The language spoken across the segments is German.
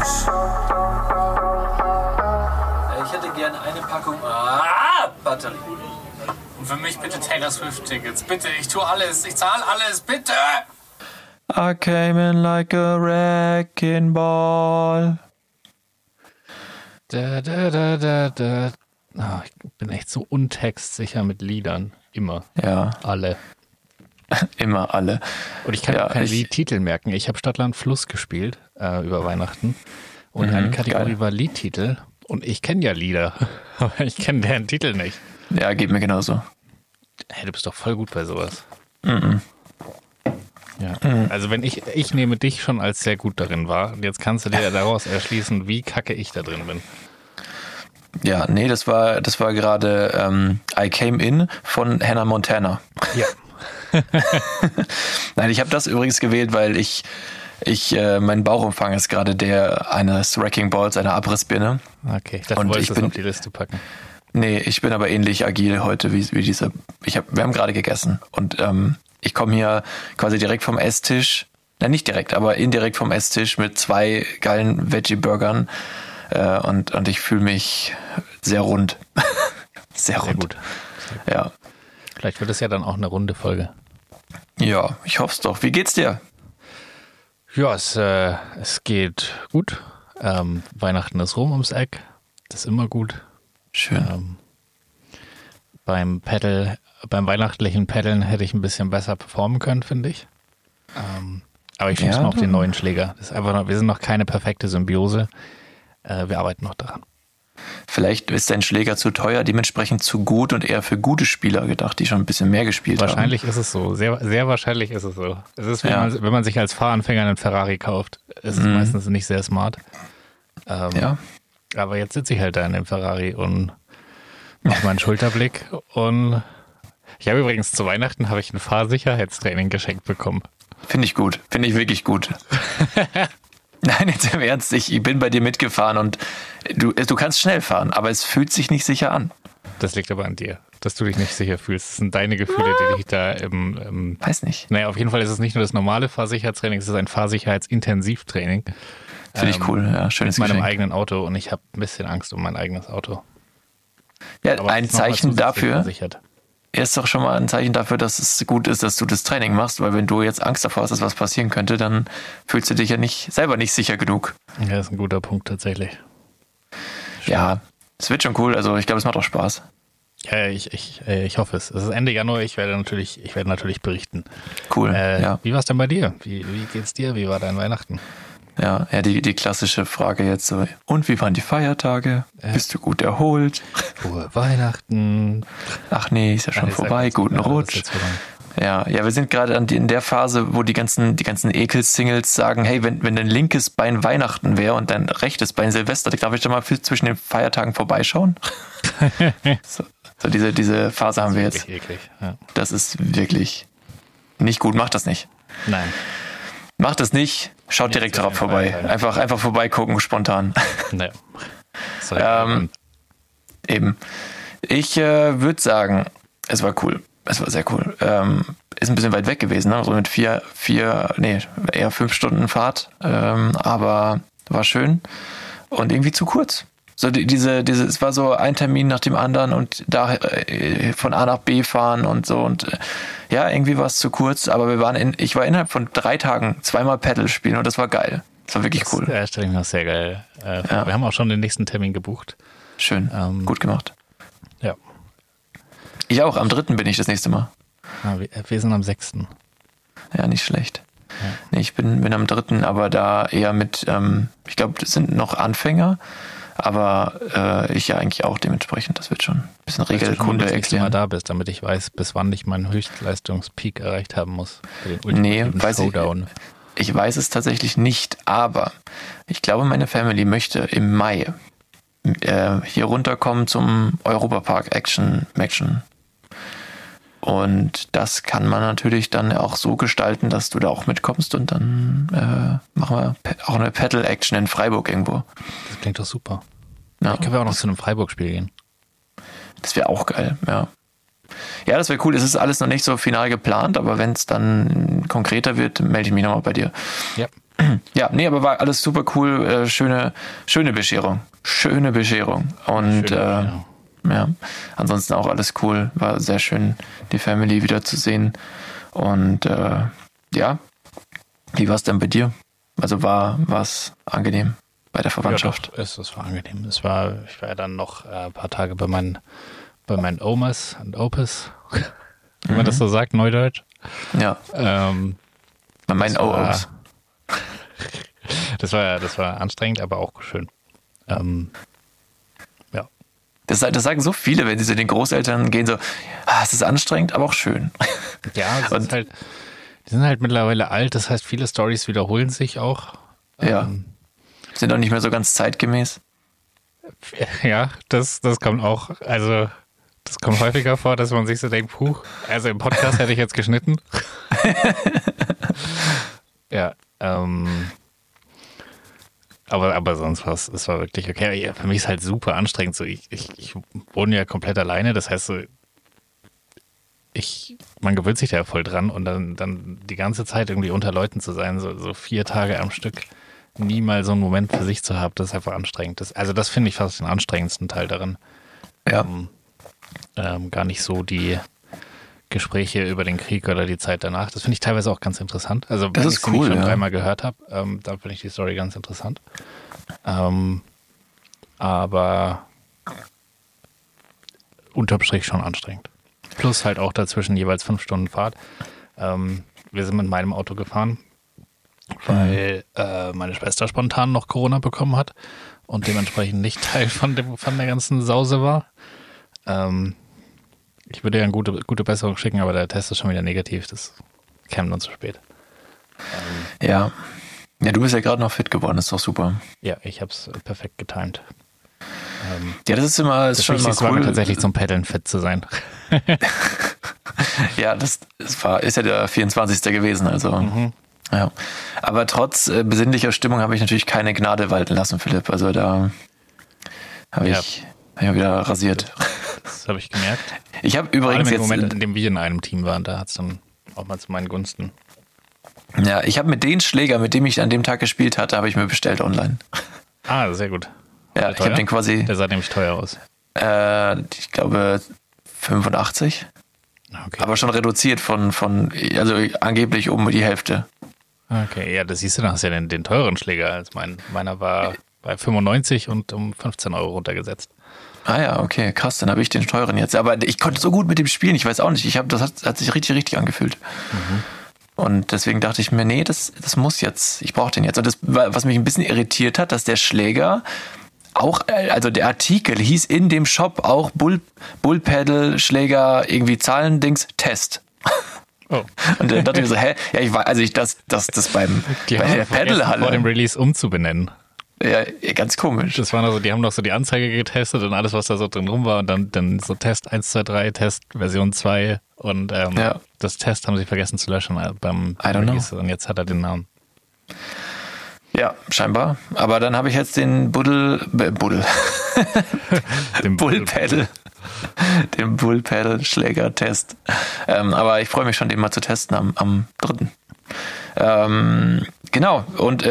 Ich hätte gerne eine Packung Batterie. Und für mich bitte Taylor Swift-Tickets. Bitte, ich tue alles. Ich zahle alles. Bitte! I came in like a wrecking ball. Ich bin echt so untextsicher mit Liedern. Immer. Ja. Alle. Immer alle. Und ich kann auch keine Liedtitel merken. Ich habe Stadtland Fluss gespielt über Weihnachten. Und eine Kategorie war Liedtitel. Und ich kenne ja Lieder. Aber ich kenne deren Titel nicht. Ja, geht mir genauso. Hey, du bist doch voll gut bei sowas. Mhm. Ja. Also wenn ich nehme dich schon als sehr gut darin wahr. Und jetzt kannst du dir daraus erschließen, wie kacke ich da drin bin. Ja, nee, das war gerade I Came In von Hannah Montana. Ja. Nein, ich habe das übrigens gewählt, weil mein Bauchumfang ist gerade der eines Wrecking Balls, einer Abrissbirne. Okay, ich dachte, du wolltest das auf die Liste packen. Nee, ich bin aber ähnlich agil heute wie dieser. Wir haben gerade gegessen und ich komme hier quasi direkt vom Esstisch. Nein, nicht direkt, aber indirekt vom Esstisch mit 2 geilen Veggie-Burgern und ich fühle mich sehr rund. Sehr rund. Gut. Ja. Vielleicht wird es ja dann auch eine runde Folge. Ja, ich hoffe es doch. Wie geht's dir? Ja, es geht gut. Weihnachten ist rum ums Eck. Das ist immer gut. Schön. Beim weihnachtlichen Paddeln hätte ich ein bisschen besser performen können, finde ich. Aber ich schieb's mal auf den neuen Schläger. Das ist einfach wir sind noch keine perfekte Symbiose. Wir arbeiten noch daran. Vielleicht ist dein Schläger zu teuer, dementsprechend zu gut und eher für gute Spieler gedacht, die schon ein bisschen mehr gespielt wahrscheinlich haben. Wahrscheinlich ist es so. Sehr, sehr wahrscheinlich ist es so. Es ist, wenn man sich als Fahranfänger einen Ferrari kauft, ist es meistens nicht sehr smart. Ja. Aber jetzt sitze ich halt da in dem Ferrari und mache meinen Schulterblick. Und ich habe übrigens zu Weihnachten ein Fahrsicherheitstraining geschenkt bekommen. Finde ich gut. Finde ich wirklich gut. Nein, jetzt im Ernst, ich bin bei dir mitgefahren und du kannst schnell fahren, aber es fühlt sich nicht sicher an. Das liegt aber an dir, dass du dich nicht sicher fühlst. Das sind deine Gefühle, die dich da Weiß nicht. Naja, auf jeden Fall ist es nicht nur das normale Fahrsicherheitstraining, es ist ein Fahrsicherheitsintensivtraining. Finde ich cool, ja, schönes Mit meinem Geschenk. eigenen Auto und ich habe ein bisschen Angst um mein eigenes Auto. Ja, aber ein Zeichen dafür versichert. ist doch schon mal ein Zeichen dafür, dass es gut ist, dass du das Training machst, weil wenn du jetzt Angst davor hast, dass was passieren könnte, dann fühlst du dich ja selber nicht sicher genug. Ja, das ist ein guter Punkt tatsächlich. Ja, es wird schon cool, also ich glaube, es macht auch Spaß. Ja, ich hoffe es. Es ist Ende Januar, ich werde natürlich berichten. Cool, ja. Wie war es denn bei dir? Wie geht's dir? Wie war dein Weihnachten? Ja, die klassische Frage jetzt so, und wie waren die Feiertage? Bist du gut erholt? Frohe Weihnachten. Ach nee, ist ja schon vorbei, guten Rutsch. Ja, wir sind gerade in der Phase, wo die ganzen Ekel-Singles sagen, hey, wenn dein linkes Bein Weihnachten wäre und dein rechtes Bein Silvester, darf ich da mal zwischen den Feiertagen vorbeischauen? so diese Phase haben wir jetzt. Eklig, ja. Das ist wirklich nicht gut, macht das nicht. Nein. Macht das nicht, schaut direkt drauf vorbei. Einfach vorbeigucken, spontan. Naja. Eben. Ich würde sagen, es war cool. Es war sehr cool. Ist ein bisschen weit weg gewesen, ne? So mit eher 5 Stunden Fahrt. Aber war schön und irgendwie zu kurz. So es war so ein Termin nach dem anderen und da von A nach B fahren und so und ja, irgendwie war es zu kurz, aber ich war innerhalb von 3 Tagen 2-mal Paddle spielen und das war geil. Das war wirklich cool. Das stelle ich mir sehr geil. Wir haben auch schon den nächsten Termin gebucht. Schön, gut gemacht. Ja. Ich auch, am 3. bin ich das nächste Mal. Wir sind am 6. Ja, nicht schlecht. Ja. Nee, ich bin am 3., aber da eher mit, ich glaube, das sind noch Anfänger, aber ich ja eigentlich auch dementsprechend. Das wird schon ein bisschen Regelkunde erklären. Mal da bist, damit ich weiß, bis wann ich meinen Höchstleistungspeak erreicht haben muss. Für den Showdown. Ich weiß es tatsächlich nicht, aber ich glaube, meine Family möchte im Mai hier runterkommen zum Europapark Action. Und das kann man natürlich dann auch so gestalten, dass du da auch mitkommst und dann machen wir auch eine Paddle-Action in Freiburg irgendwo. Das klingt doch super. Ja. Vielleicht können wir auch noch zu einem Freiburg-Spiel gehen. Das wäre auch geil, ja. Ja, das wäre cool. Es ist alles noch nicht so final geplant, aber wenn es dann konkreter wird, melde ich mich nochmal bei dir. Ja, Ja, nee, aber war alles super cool. Schöne Bescherung. Schöne Bescherung. Und ja, ansonsten auch alles cool. War sehr schön, die Family wieder zu sehen. Und ja, wie war es denn bei dir? Also war es angenehm bei der Verwandtschaft? Ja, doch, es war angenehm. Ich war ja dann noch ein paar Tage bei meinen Omas und Opus, wie man das so sagt, Neudeutsch. Ja. Bei meinen Omas. Das war anstrengend, aber auch schön. Ja. Das sagen so viele, wenn sie zu den Großeltern gehen, so, es ist anstrengend, aber auch schön. Ja, die sind halt mittlerweile alt, das heißt, viele Storys wiederholen sich auch. Ja. Sind auch nicht mehr so ganz zeitgemäß. Ja, das kommt auch, also das kommt häufiger vor, dass man sich so denkt, also im Podcast hätte ich jetzt geschnitten. Ja, aber sonst es war wirklich okay. Ja, für mich ist halt super anstrengend. So, ich wohne ja komplett alleine, das heißt so, man gewöhnt sich da ja voll dran und dann die ganze Zeit irgendwie unter Leuten zu sein, so 4 Tage am Stück, nie mal so einen Moment für sich zu haben, das ist einfach anstrengend. Das finde ich fast den anstrengendsten Teil daran. Ja. Gar nicht so die Gespräche über den Krieg oder die Zeit danach. Das finde ich teilweise auch ganz interessant. Also wenn ich sie nicht schon 3-mal gehört habe, dann finde ich die Story ganz interessant. Aber unterm Strich schon anstrengend. Plus halt auch dazwischen jeweils 5 Stunden Fahrt. Wir sind mit meinem Auto gefahren, weil meine Schwester spontan noch Corona bekommen hat und dementsprechend nicht Teil von der ganzen Sause war. Ich würde ja eine gute Besserung schicken, aber der Test ist schon wieder negativ. Das käme dann zu spät. Ja, du bist ja gerade noch fit geworden, ist doch super. Ja, ich habe es perfekt getimed. Ja, das ist schon mal cool. War mir tatsächlich zum Paddeln fit zu sein. Ja, ist ja der 24. gewesen, also. Ja. Aber trotz besinnlicher Stimmung habe ich natürlich keine Gnade walten lassen, Philipp. Also da habe ich wieder rasiert. Das habe ich gemerkt. Ich habe übrigens jetzt... Im Moment, in dem wir in einem Team waren, da hat es dann auch mal zu meinen Gunsten. Ja, ich habe mit den Schläger, mit dem ich an dem Tag gespielt hatte, habe ich mir bestellt online. Ah, sehr gut. Ja, ich habe den quasi... Der sah nämlich teuer aus. Ich glaube 85. Okay. Aber schon reduziert also angeblich um die Hälfte. Okay, ja, das siehst du, da hast du ja den teuren Schläger als meiner war bei 95 und um 15 Euro runtergesetzt. Ah ja, okay, krass, dann habe ich den teuren jetzt. Aber ich konnte so gut mit dem spielen, ich weiß auch nicht. Das hat sich richtig angefühlt. Und deswegen dachte ich mir, nee, das muss jetzt, ich brauche den jetzt. Und das, was mich ein bisschen irritiert hat, dass der Schläger auch, also der Artikel hieß in dem Shop auch Bull-Paddle, Schläger, irgendwie Zahlendings, Test. Oh. Und dann dachte ich so, hä? Ja, ich war, also das bei der Paddlehalle. Vor dem Release umzubenennen. Ja, ganz komisch. Das waren also, die haben doch so die Anzeige getestet und alles, was da so drin rum war und dann so Test 1, 2, 3, Test Version 2 und das Test haben sie vergessen zu löschen beim Release und jetzt hat er den Namen. Ja, scheinbar. Aber dann habe ich jetzt den Bull-Paddle. Den Bull-Paddle-Schläger-Test. Aber ich freue mich schon, den mal zu testen am 3. Genau. Und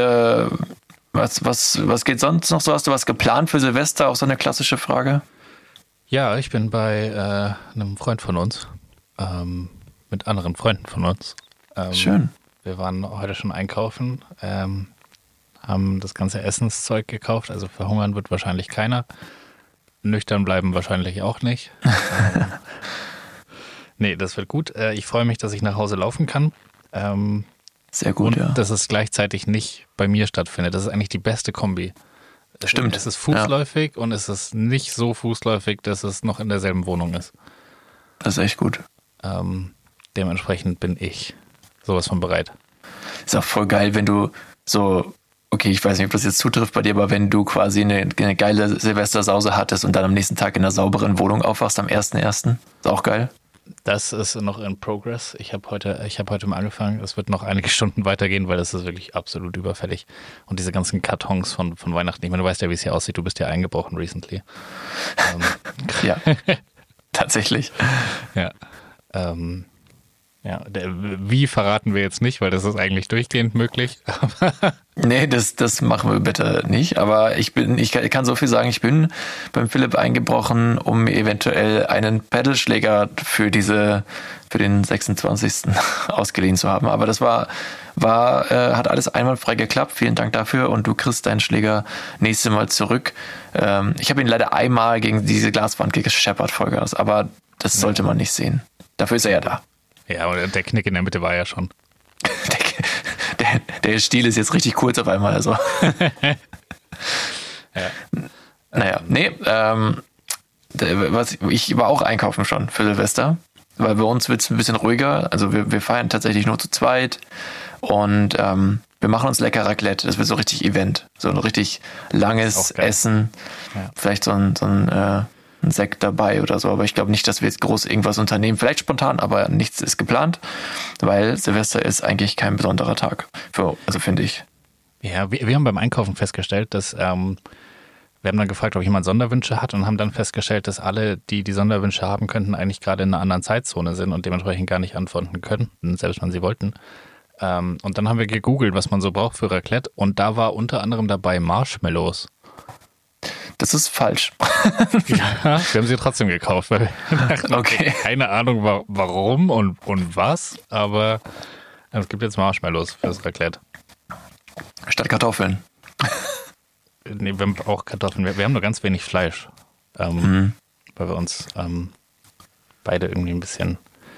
was geht sonst noch so? Hast du was geplant für Silvester? Auch so eine klassische Frage. Ja, ich bin bei einem Freund von uns. Mit anderen Freunden von uns. Schön. Wir waren heute schon einkaufen. Haben das ganze Essenszeug gekauft. Also verhungern wird wahrscheinlich keiner. Nüchtern bleiben wahrscheinlich auch nicht. Nee, das wird gut. Ich freue mich, dass ich nach Hause laufen kann. Sehr gut, und dass es gleichzeitig nicht bei mir stattfindet. Das ist eigentlich die beste Kombi. Stimmt. Es ist fußläufig und es ist nicht so fußläufig, dass es noch in derselben Wohnung ist. Das ist echt gut. Dementsprechend bin ich sowas von bereit. Ist auch voll geil, wenn du so, okay, ich weiß nicht, ob das jetzt zutrifft bei dir, aber wenn du quasi eine geile Silvestersause hattest und dann am nächsten Tag in einer sauberen Wohnung aufwachst am 1.1. Ist auch geil. Das ist noch in Progress. Ich habe heute mal angefangen. Es wird noch einige Stunden weitergehen, weil das ist wirklich absolut überfällig. Und diese ganzen Kartons von Weihnachten, ich meine, du weißt ja, wie es hier aussieht. Du bist ja eingebrochen recently. Ja, tatsächlich. Ja. Ja, wie verraten wir jetzt nicht, weil das ist eigentlich durchgehend möglich. Nee, das machen wir bitte nicht. Aber ich kann so viel sagen, ich bin beim Philipp eingebrochen, um eventuell einen Pedalschläger für den 26. ausgeliehen zu haben. Aber das hat alles einwandfrei geklappt. Vielen Dank dafür. Und du kriegst deinen Schläger nächstes Mal zurück. Ich habe ihn leider einmal gegen diese Glaswand gescheppert, Vollgas. Aber das sollte man nicht sehen. Dafür ist er ja da. Ja, und der Knick in der Mitte war ja schon. Der Stiel ist jetzt richtig kurz auf einmal. Also. Ja. Naja, nee. Ich war auch einkaufen schon für Silvester. Weil bei uns wird es ein bisschen ruhiger. Also wir feiern tatsächlich nur zu zweit. Und wir machen uns lecker Raclette. Das wird so richtig Event. So ein richtig langes Essen. Ja. Vielleicht so ein Sekt dabei oder so, aber ich glaube nicht, dass wir jetzt groß irgendwas unternehmen. Vielleicht spontan, aber nichts ist geplant, weil Silvester ist eigentlich kein besonderer Tag, finde ich. Ja, wir haben beim Einkaufen festgestellt, dass wir haben dann gefragt, ob jemand Sonderwünsche hat und haben dann festgestellt, dass alle, die Sonderwünsche haben könnten, eigentlich gerade in einer anderen Zeitzone sind und dementsprechend gar nicht antworten können, selbst wenn sie wollten. Und dann haben wir gegoogelt, was man so braucht für Raclette und da war unter anderem dabei Marshmallows. Das ist falsch. Ja, wir haben sie trotzdem gekauft, weil wir dachten, okay, keine Ahnung warum und was, aber es gibt jetzt Marshmallows fürs Raclette. Statt Kartoffeln. Nee, wir haben auch Kartoffeln. Wir haben nur ganz wenig Fleisch, weil wir uns beide irgendwie ein bisschen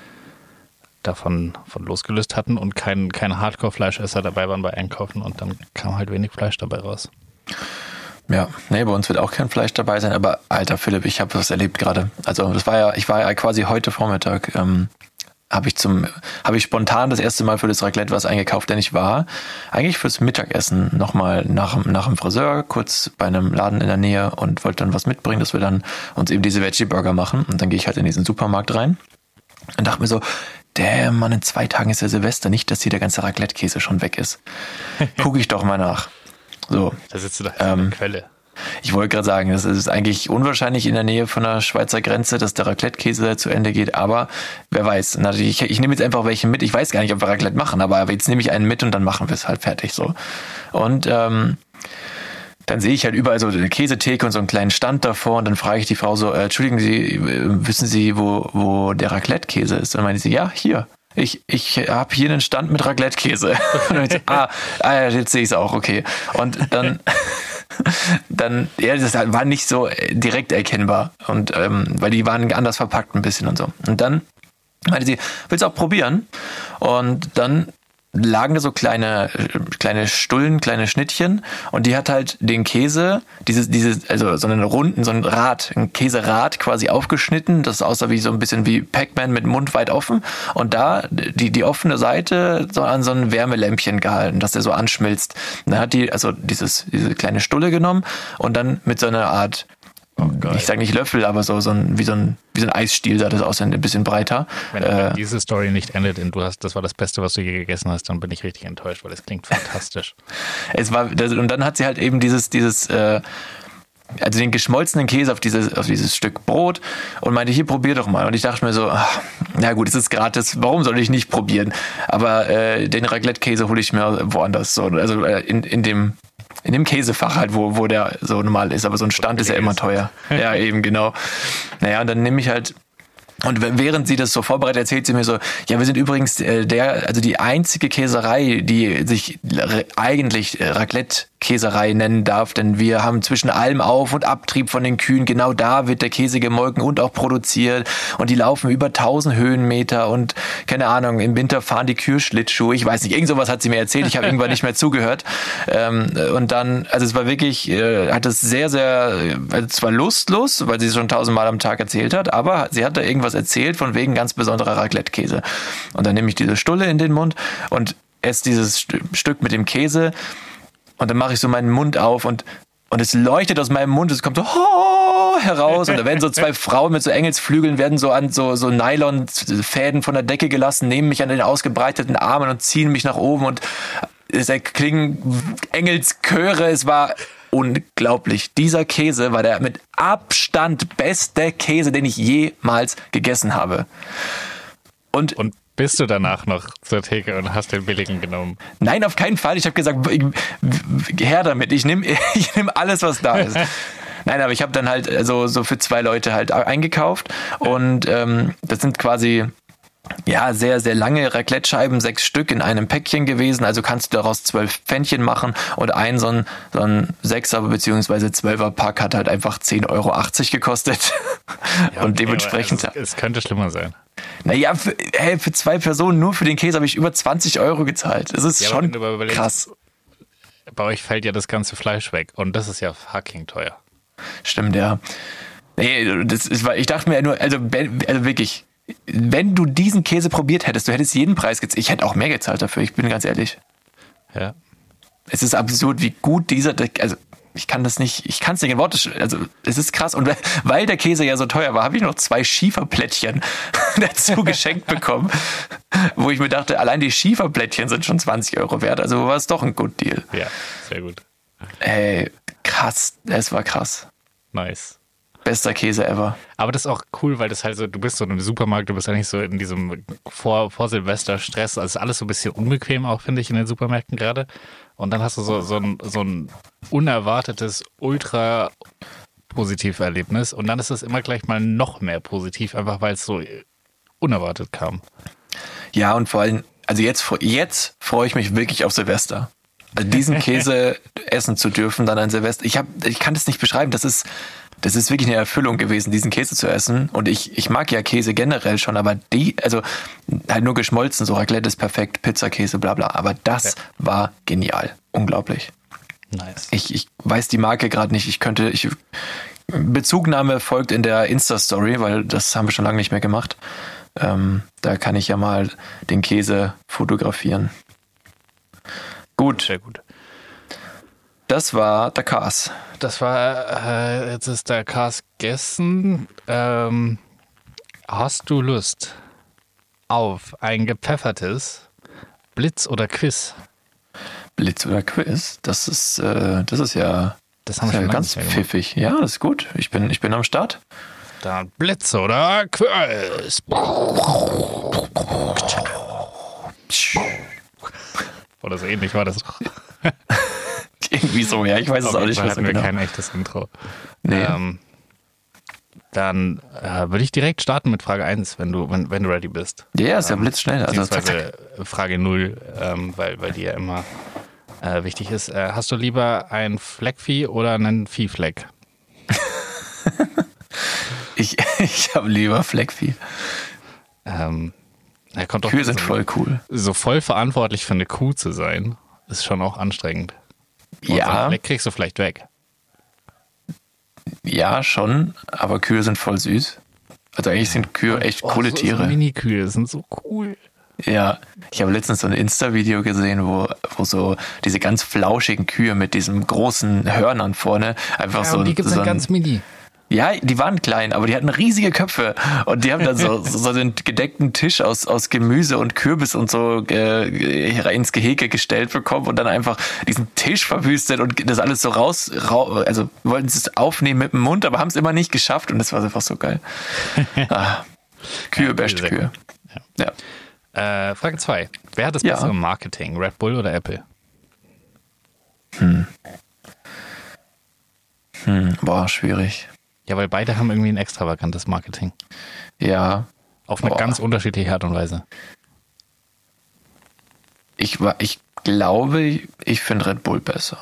davon losgelöst hatten und kein Hardcore-Fleischesser dabei waren bei Einkaufen und dann kam halt wenig Fleisch dabei raus. Ja, nee, bei uns wird auch kein Fleisch dabei sein, aber alter Philipp, ich habe was erlebt gerade. Also ich war ja quasi heute Vormittag, habe ich spontan das erste Mal für das Raclette was eingekauft, denn ich war eigentlich fürs Mittagessen nochmal nach dem Friseur, kurz bei einem Laden in der Nähe und wollte dann was mitbringen, dass wir dann uns eben diese Veggie-Burger machen und dann gehe ich halt in diesen Supermarkt rein und dachte mir so, Mann, in 2 Tagen ist ja Silvester, nicht, dass hier der ganze Raclette-Käse schon weg ist. Gucke ich doch mal nach. So. Da sitzt du doch in der Quelle. Ich wollte gerade sagen, das ist eigentlich unwahrscheinlich in der Nähe von der Schweizer Grenze, dass der Raclette-Käse zu Ende geht, aber wer weiß. Ich nehme jetzt einfach welche mit. Ich weiß gar nicht, ob wir Raclette machen, aber jetzt nehme ich einen mit und dann machen wir es halt fertig so. Und dann sehe ich halt überall so eine Käsetheke und so einen kleinen Stand davor und dann frage ich die Frau so, entschuldigen Sie, wissen Sie, wo der Raclette-Käse ist? Und dann meinte sie, ja, hier. Ich habe hier einen Stand mit Raclette-Käse. Und dann ich so, jetzt sehe ich es auch, okay. Und dann, ja, das war nicht so direkt erkennbar. Und weil die waren anders verpackt ein bisschen und so. Und dann meinte sie, willst du auch probieren? Und dann lagen da so kleine Stullen, kleine Schnittchen und die hat halt den Käse, also so ein Käserad quasi aufgeschnitten, das aussah wie so ein bisschen wie Pac-Man mit Mund weit offen und da die offene Seite so an so ein Wärmelämpchen gehalten, dass der so anschmilzt. Und dann hat die also diese kleine Stulle genommen und dann mit so einer Art, ich sage nicht Löffel, aber wie so ein Eisstiel sah das aus, ein bisschen breiter. Wenn diese Story nicht endet und das war das Beste, was du je gegessen hast, dann bin ich richtig enttäuscht, weil das klingt fantastisch. Und dann hat sie halt eben also den geschmolzenen Käse auf dieses Stück Brot und meinte, hier, probier doch mal. Und ich dachte mir so, na gut, es ist gratis, warum soll ich nicht probieren? Aber den Raclette-Käse hole ich mir woanders. So, also in dem Käsefach halt, wo der so normal ist. Aber so ein Stand ist ja immer teuer. Ja, eben, genau. Naja, und dann nehme ich halt, und während sie das so vorbereitet, erzählt sie mir so, ja, wir sind übrigens die einzige Käserei, die sich eigentlich Raclette-Käserei nennen darf, denn wir haben zwischen allem Auf- und Abtrieb von den Kühen, genau da wird der Käse gemolken und auch produziert und die laufen über 1000 Höhenmeter und keine Ahnung, im Winter fahren die Kühe Schlittschuh, ich weiß nicht, irgend sowas hat sie mir erzählt, ich habe irgendwann nicht mehr zugehört und dann, also es war wirklich, hat es sehr, sehr, also es war lustlos, weil sie es schon 1000-mal am Tag erzählt hat, aber sie hat da irgendwas erzählt von wegen ganz besonderer Raclette-Käse. Und dann nehme ich diese Stulle in den Mund und esse dieses Stück mit dem Käse und dann mache ich so meinen Mund auf und es leuchtet aus meinem Mund, es kommt so heraus und da werden so 2 Frauen mit so Engelsflügeln werden so an so Nylonfäden von der Decke gelassen, nehmen mich an den ausgebreiteten Armen und ziehen mich nach oben und es klingen Engelschöre, es war unglaublich. Dieser Käse war der mit Abstand beste Käse, den ich jemals gegessen habe. Und Bist du danach noch zur Theke und hast den billigen genommen? Nein, auf keinen Fall. Ich habe gesagt, her damit. Ich nehm alles, was da ist. Nein, aber ich habe dann halt so für 2 Leute halt eingekauft und das sind quasi sehr, sehr lange Raclette-Scheiben, 6 Stück in einem Päckchen gewesen, also kannst du daraus 12 Pfännchen machen und so ein 6er bzw. 12er Pack hat halt einfach 10,80 Euro gekostet und dementsprechend... Es könnte schlimmer sein. Naja, für 2 Personen, nur für den Käse habe ich über 20 Euro gezahlt. Das ist schon krass. Bei euch fällt ja das ganze Fleisch weg und das ist ja fucking teuer. Stimmt, ja. Nee, ich dachte mir nur, also wirklich, wenn du diesen Käse probiert hättest, du hättest jeden Preis gezahlt. Ich hätte auch mehr gezahlt dafür, ich bin ganz ehrlich. Ja. Es ist absurd, wie gut also ich kann es nicht in Worte, also es ist krass. Und weil der Käse ja so teuer war, habe ich noch 2 Schieferplättchen dazu geschenkt bekommen, wo ich mir dachte, allein die Schieferplättchen sind schon 20 Euro wert, also war es doch ein Good Deal. Ja, sehr gut. Ey, krass, es war krass. Nice. Bester Käse ever. Aber das ist auch cool, weil das halt so, du bist so in einem Supermarkt, du bist eigentlich so in diesem Vor-Silvester-Stress, also ist alles so ein bisschen unbequem auch, finde ich, in den Supermärkten gerade. Und dann hast du so ein unerwartetes, ultra Positiverlebnis und dann ist es immer gleich mal noch mehr positiv, einfach weil es so unerwartet kam. Ja, und vor allem, also jetzt freue ich mich wirklich auf Silvester. Also diesen Käse essen zu dürfen, dann an Silvester. Ich kann das nicht beschreiben. Das ist wirklich eine Erfüllung gewesen, diesen Käse zu essen. Und ich mag ja Käse generell schon, aber also halt nur geschmolzen, so Raclette ist perfekt, Pizzakäse, bla bla. Aber das war genial. Unglaublich. Nice. Ich weiß die Marke gerade nicht. Bezugnahme folgt in der Insta-Story, weil das haben wir schon lange nicht mehr gemacht. Da kann ich ja mal den Käse fotografieren. Gut. Sehr gut. Das war der Kars. Jetzt ist der Kars gegessen. Hast du Lust auf ein gepfeffertes Blitz oder Quiz? Blitz oder Quiz? Das ist ja, das haben wir schon ganz pfiffig. Ja, das ist gut. Ich bin am Start. Dann Blitz oder Quiz. Oder so ähnlich war das doch. Irgendwie so, ja. Ich weiß es auch nicht. Hatten wir kein echtes Intro. Nee. Dann würde ich direkt starten mit Frage 1, wenn du ready bist. Ja, ist ja blitzschnell. Also zack. Frage 0, weil die ja immer wichtig ist. Hast du lieber ein Fleckvieh oder einen Viehfleck? Ich habe lieber Fleckvieh. Kühe sind voll cool. So voll verantwortlich für eine Kuh zu sein, ist schon auch anstrengend. Und ja. So einen Fleck kriegst du vielleicht weg. Ja, schon, aber Kühe sind voll süß. Also eigentlich sind Kühe echt coole Tiere. So Mini-Kühe sind so cool. Ja, ich habe letztens so ein Insta-Video gesehen, wo so diese ganz flauschigen Kühe mit diesen großen Hörnern vorne einfach so. Und die gibt es ganz mini. Ja, die waren klein, aber die hatten riesige Köpfe und die haben dann so einen gedeckten Tisch aus Gemüse und Kürbis und so ins Gehege gestellt bekommen und dann einfach diesen Tisch verwüstet und das alles so also wollten sie es aufnehmen mit dem Mund, aber haben es immer nicht geschafft und das war einfach so geil. Kühe, ja, beste Kühe. Ja. Frage 2. Wer hat das bessere Marketing, Red Bull oder Apple? Boah, schwierig. Ja, weil beide haben irgendwie ein extravagantes Marketing. Ja. Auf eine ganz unterschiedliche Art und Weise. Ich glaube, ich finde Red Bull besser.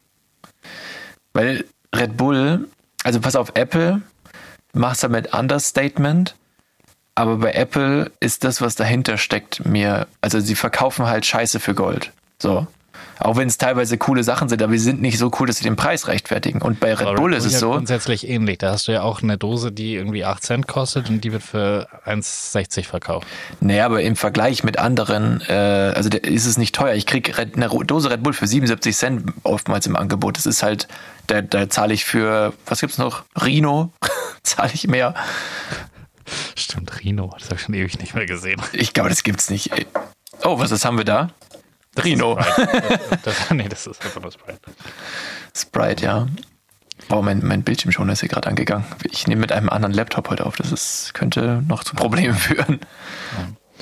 Weil Red Bull, also pass auf, Apple macht es ja mit Understatement, aber bei Apple ist das, was dahinter steckt, also sie verkaufen halt Scheiße für Gold. So. Auch wenn es teilweise coole Sachen sind, aber sie sind nicht so cool, dass sie den Preis rechtfertigen. Und bei Red Bull ist es so. Grundsätzlich ähnlich. Da hast du ja auch eine Dose, die irgendwie 8 Cent kostet und die wird für 1,60 verkauft. Naja, aber im Vergleich mit anderen, also ist es nicht teuer. Ich kriege eine Dose Red Bull für 77 Cent oftmals im Angebot. Das ist halt, da zahle ich für, was gibt's noch? Rhino, zahle ich mehr. Stimmt, Rhino. Das habe ich schon ewig nicht mehr gesehen. Ich glaube, das gibt's nicht. Oh, was haben wir da? Rhino. Das ist einfach nur Sprite. Sprite, ja. Oh, mein Bildschirmschoner ist hier gerade angegangen. Ich nehme mit einem anderen Laptop heute auf. Könnte noch zu Problemen führen.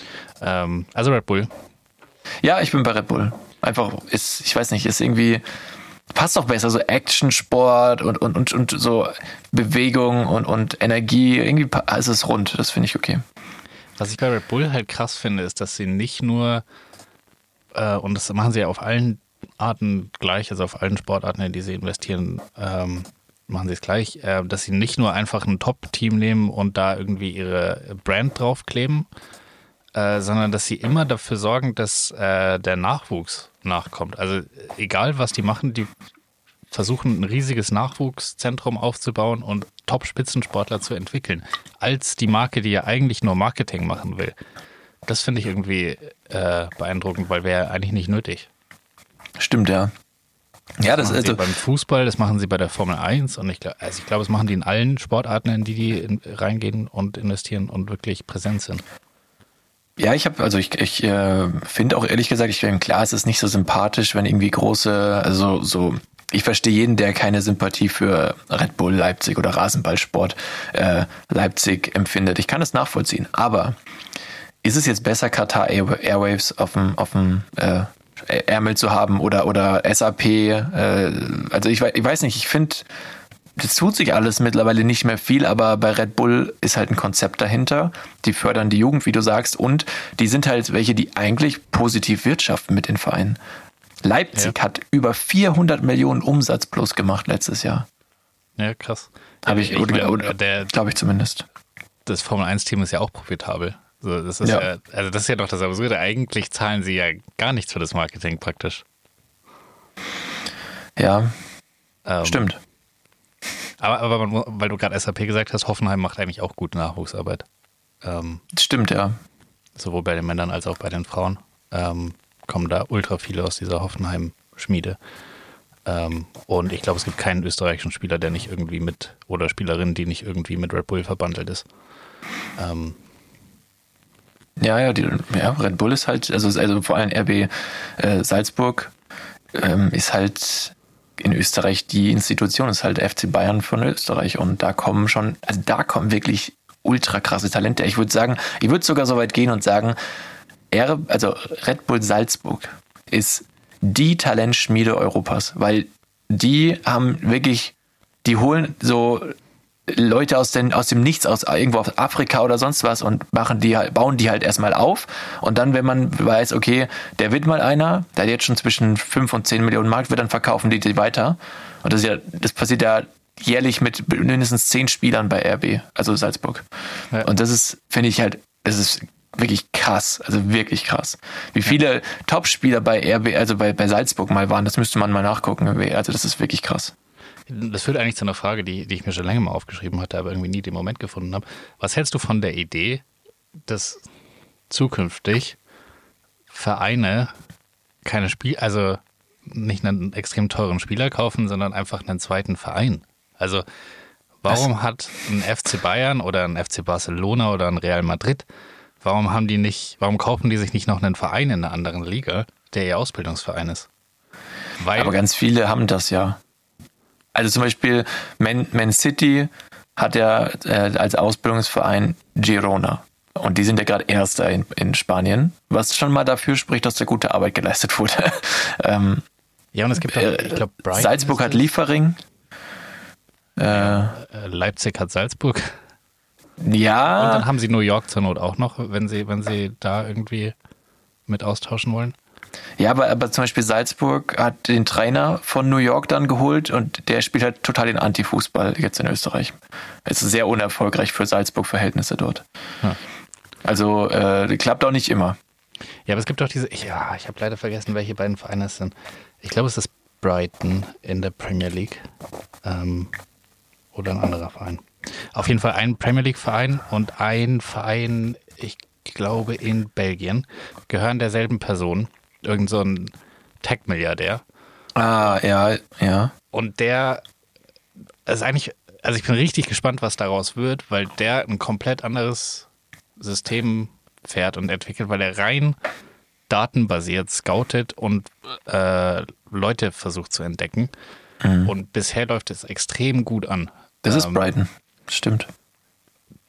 Also Red Bull. Ja, ich bin bei Red Bull. Einfach ich weiß nicht, ist irgendwie, passt doch besser, so Action-Sport und so Bewegung und Energie. Irgendwie ist es rund, das finde ich okay. Was ich bei Red Bull halt krass finde, ist, dass sie nicht nur, und das machen sie ja auf allen Arten gleich, also auf allen Sportarten, in die sie investieren, machen sie es gleich, dass sie nicht nur einfach ein Top-Team nehmen und da irgendwie ihre Brand draufkleben, sondern dass sie immer dafür sorgen, dass der Nachwuchs nachkommt. Also egal, was die machen, die versuchen ein riesiges Nachwuchszentrum aufzubauen und Top-Spitzensportler zu entwickeln, als die Marke, die ja eigentlich nur Marketing machen will. Das finde ich irgendwie beeindruckend, weil wäre eigentlich nicht nötig. Stimmt, ja. Ja, das ist also beim Fußball, das machen sie bei der Formel 1 und ich glaube, das machen die in allen Sportarten, in die reingehen und investieren und wirklich präsent sind. Ja, ich finde auch ehrlich gesagt, klar, es ist nicht so sympathisch, wenn irgendwie ich verstehe jeden, der keine Sympathie für Red Bull Leipzig oder Rasenballsport Leipzig empfindet. Ich kann das nachvollziehen. Aber ist es jetzt besser, Qatar Airwaves auf dem Ärmel zu haben oder SAP? Also ich weiß nicht, ich finde, das tut sich alles mittlerweile nicht mehr viel, aber bei Red Bull ist halt ein Konzept dahinter. Die fördern die Jugend, wie du sagst, und die sind halt welche, die eigentlich positiv wirtschaften mit den Vereinen. Leipzig hat über 400 Millionen Umsatz plus gemacht letztes Jahr. Ja, krass. Glaube ich zumindest. Das Formel-1-Team ist ja auch profitabel. So, das ist das ist ja doch das Absurde. Eigentlich zahlen sie ja gar nichts für das Marketing praktisch. Ja, stimmt. Aber weil du gerade SAP gesagt hast, Hoffenheim macht eigentlich auch gute Nachwuchsarbeit. Stimmt, ja. Sowohl bei den Männern als auch bei den Frauen kommen da ultra viele aus dieser Hoffenheim-Schmiede. Und ich glaube, es gibt keinen österreichischen Spieler, der nicht irgendwie oder Spielerin, die nicht irgendwie mit Red Bull verbandelt ist. Red Bull ist halt, also vor allem RB Salzburg ist halt in Österreich die Institution, ist halt FC Bayern von Österreich und da kommen wirklich ultra krasse Talente. Ich würde sogar so weit gehen und sagen, Red Bull Salzburg ist die Talentschmiede Europas, weil die haben wirklich, die holen so Leute aus dem Nichts, aus irgendwo aus Afrika oder sonst was und bauen die halt erstmal auf und dann, wenn man weiß, okay, der wird mal einer, der hat jetzt schon zwischen 5 und 10 Millionen Markt wird, dann verkaufen die weiter und das passiert ja jährlich mit mindestens 10 Spielern bei RB, also Salzburg. Ja. Und das ist, finde ich halt, das ist wirklich krass, also wirklich krass. Wie viele Top-Spieler bei RB, also bei Salzburg mal waren, das müsste man mal nachgucken, also das ist wirklich krass. Das führt eigentlich zu einer Frage, die ich mir schon länger mal aufgeschrieben hatte, aber irgendwie nie den Moment gefunden habe. Was hältst du von der Idee, dass zukünftig Vereine also nicht einen extrem teuren Spieler kaufen, sondern einfach einen zweiten Verein? Also warum hat ein FC Bayern oder ein FC Barcelona oder ein Real Madrid, warum kaufen die sich nicht noch einen Verein in einer anderen Liga, der ihr Ausbildungsverein ist? Aber ganz viele haben das ja. Also zum Beispiel Man City hat ja als Ausbildungsverein Girona. Und die sind ja gerade Erster in Spanien, was schon mal dafür spricht, dass da gute Arbeit geleistet wurde. Ja, und es gibt auch, ich glaube, Brighton. Salzburg hat Liefering. Leipzig hat Salzburg. Ja. Und dann haben sie New York zur Not auch noch, wenn sie da irgendwie mit austauschen wollen. Ja, aber zum Beispiel Salzburg hat den Trainer von New York dann geholt und der spielt halt total den Anti-Fußball jetzt in Österreich. Es ist sehr unerfolgreich für Salzburg-Verhältnisse dort. Ja. Also klappt auch nicht immer. Ja, aber es gibt doch ich habe leider vergessen, welche beiden Vereine es sind. Ich glaube, es ist Brighton in der Premier League oder ein anderer Verein. Auf jeden Fall ein Premier League-Verein und ein Verein, ich glaube in Belgien, gehören derselben Person. Irgend so ein Tech-Milliardär. Ah, ja. Und der ist eigentlich, also ich bin richtig gespannt, was daraus wird, weil der ein komplett anderes System fährt und entwickelt, weil er rein datenbasiert scoutet und Leute versucht zu entdecken. Und bisher läuft es extrem gut an. Das ist Brighton, stimmt.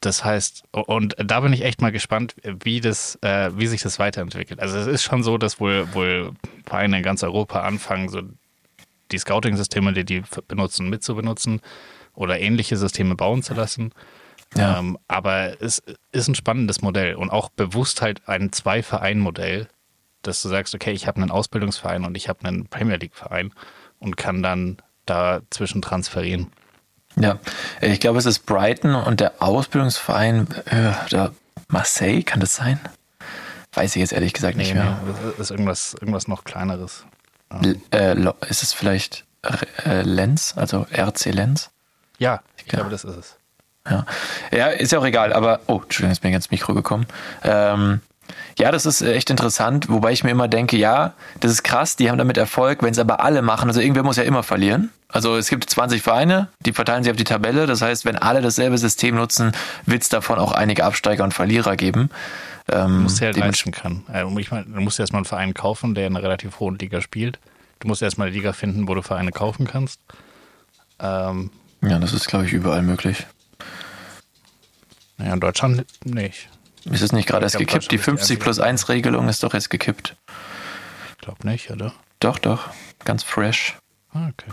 Das heißt, und da bin ich echt mal gespannt, wie sich das weiterentwickelt. Also es ist schon so, dass wohl Vereine in ganz Europa anfangen, so die Scouting-Systeme, die benutzen, mitzubenutzen oder ähnliche Systeme bauen zu lassen. Ja. Aber es ist ein spannendes Modell und auch bewusst halt ein Zwei-Verein-Modell, dass du sagst, okay, ich habe einen Ausbildungsverein und ich habe einen Premier League-Verein und kann dann dazwischen transferieren. Ja, ich glaube, es ist Brighton und der Ausbildungsverein, Marseille, kann das sein? Weiß ich jetzt ehrlich gesagt nicht mehr. Nee, das ist irgendwas noch Kleineres. Ist es vielleicht Lens, also RC Lens? Ja, ich glaube, das ist es. Ja, ist ja auch egal, aber, Entschuldigung, jetzt bin ich ins Mikro gekommen. Ja, das ist echt interessant, wobei ich mir immer denke, ja, das ist krass, die haben damit Erfolg, wenn es aber alle machen, also irgendwer muss ja immer verlieren. Also es gibt 20 Vereine, die verteilen sich auf die Tabelle, das heißt, wenn alle dasselbe System nutzen, wird es davon auch einige Absteiger und Verlierer geben. Du musst ja halt leisten können. Ich meine, du musst erstmal einen Verein kaufen, der in einer relativ hohen Liga spielt. Du musst erstmal eine Liga finden, wo du Vereine kaufen kannst. Ja, das ist, glaube ich, überall möglich. Naja, in Deutschland nicht. Ist es nicht gerade erst gekippt? Die 50+1-Regelung ist doch jetzt gekippt. Ich glaube nicht, oder? Doch. Ganz fresh. Okay.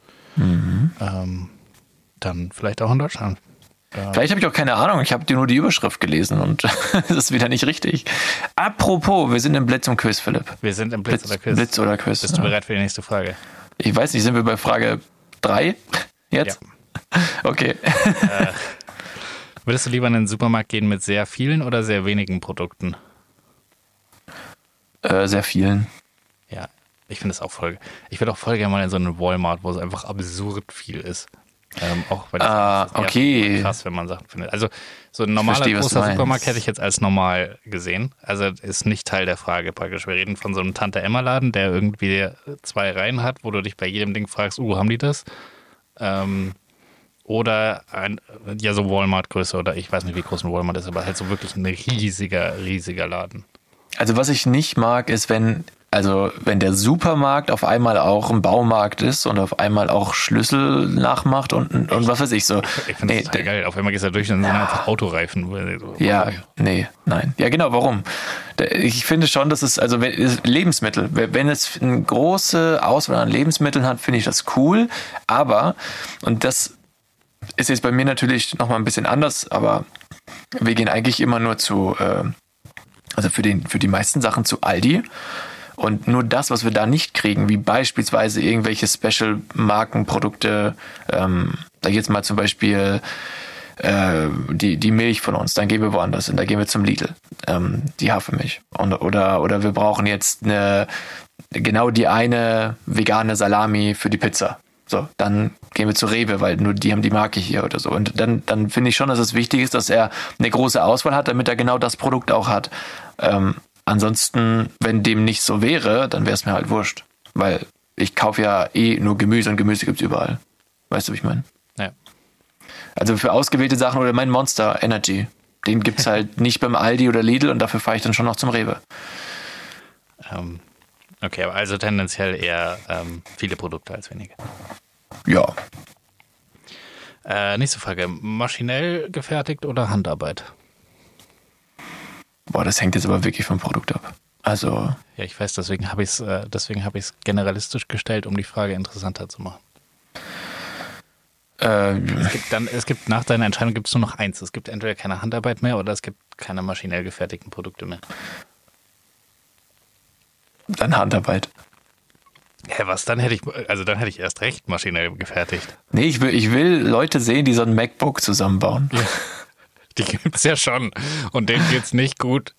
Dann vielleicht auch in Deutschland. Vielleicht habe ich auch keine Ahnung. Ich habe nur die Überschrift gelesen und das ist wieder nicht richtig. Apropos, wir sind im Blitz und Quiz, Philipp. Wir sind im Blitz oder Quiz. Blitz oder Quiz. Bist du bereit für die nächste Frage? Ich weiß nicht, sind wir bei Frage 3 jetzt? Ja. Okay. Würdest du lieber in den Supermarkt gehen mit sehr vielen oder sehr wenigen Produkten? Sehr vielen. Ja, ich finde es auch voll. Ich würde auch voll gerne mal in so einen Walmart, wo es einfach absurd viel ist. Auch weil okay. Krass, wenn man Sachen findet. Also so ein normaler großer Supermarkt hätte ich jetzt als normal gesehen. Also ist nicht Teil der Frage praktisch. Wir reden von so einem Tante-Emma-Laden, der irgendwie 2 Reihen hat, wo du dich bei jedem Ding fragst, haben die das? Oder so Walmart-Größe oder ich weiß nicht, wie groß ein Walmart ist, aber halt so wirklich ein riesiger Laden. Also was ich nicht mag, ist, wenn der Supermarkt auf einmal auch ein Baumarkt ist und auf einmal auch Schlüssel nachmacht und was weiß ich so. Ich finde das total geil. Auf einmal gehst du da durch und dann sind einfach Autoreifen. Ja, nein. Ja, genau, warum? Ich finde schon, dass es, also Lebensmittel, wenn es eine große Auswahl an Lebensmitteln hat, finde ich das cool, aber, und das ist jetzt bei mir natürlich nochmal ein bisschen anders, aber wir gehen eigentlich immer nur also für die meisten Sachen zu Aldi. Und nur das, was wir da nicht kriegen, wie beispielsweise irgendwelche Special-Markenprodukte, da jetzt mal zum Beispiel die Milch von uns, dann gehen wir woanders hin, da gehen wir zum Lidl, die Hafermilch. Oder wir brauchen jetzt genau die eine vegane Salami für die Pizza. So, dann gehen wir zu Rewe, weil nur die haben die Marke hier oder so. Und dann finde ich schon, dass es wichtig ist, dass er eine große Auswahl hat, damit er genau das Produkt auch hat. Ansonsten, wenn dem nicht so wäre, dann wäre es mir halt wurscht. Weil ich kaufe ja nur Gemüse und Gemüse gibt's überall. Weißt du, wie ich meine? Ja. Also für ausgewählte Sachen oder mein Monster Energy, den gibt's halt nicht beim Aldi oder Lidl und dafür fahre ich dann schon noch zum Rewe. Okay, aber also tendenziell eher viele Produkte als wenige. Ja. Nächste Frage. Maschinell gefertigt oder Handarbeit? Boah, das hängt jetzt aber wirklich vom Produkt ab. Also. Ja, ich weiß, deswegen habe ich es generalistisch gestellt, um die Frage interessanter zu machen. Es gibt nach deiner Entscheidung gibt's nur noch eins. Es gibt entweder keine Handarbeit mehr oder es gibt keine maschinell gefertigten Produkte mehr. Dann Handarbeit. Ja, was? Dann hätte ich erst recht maschinell gefertigt. Nee, ich will Leute sehen, die so ein MacBook zusammenbauen. Ja. Die gibt's ja schon. Und denen geht's nicht gut.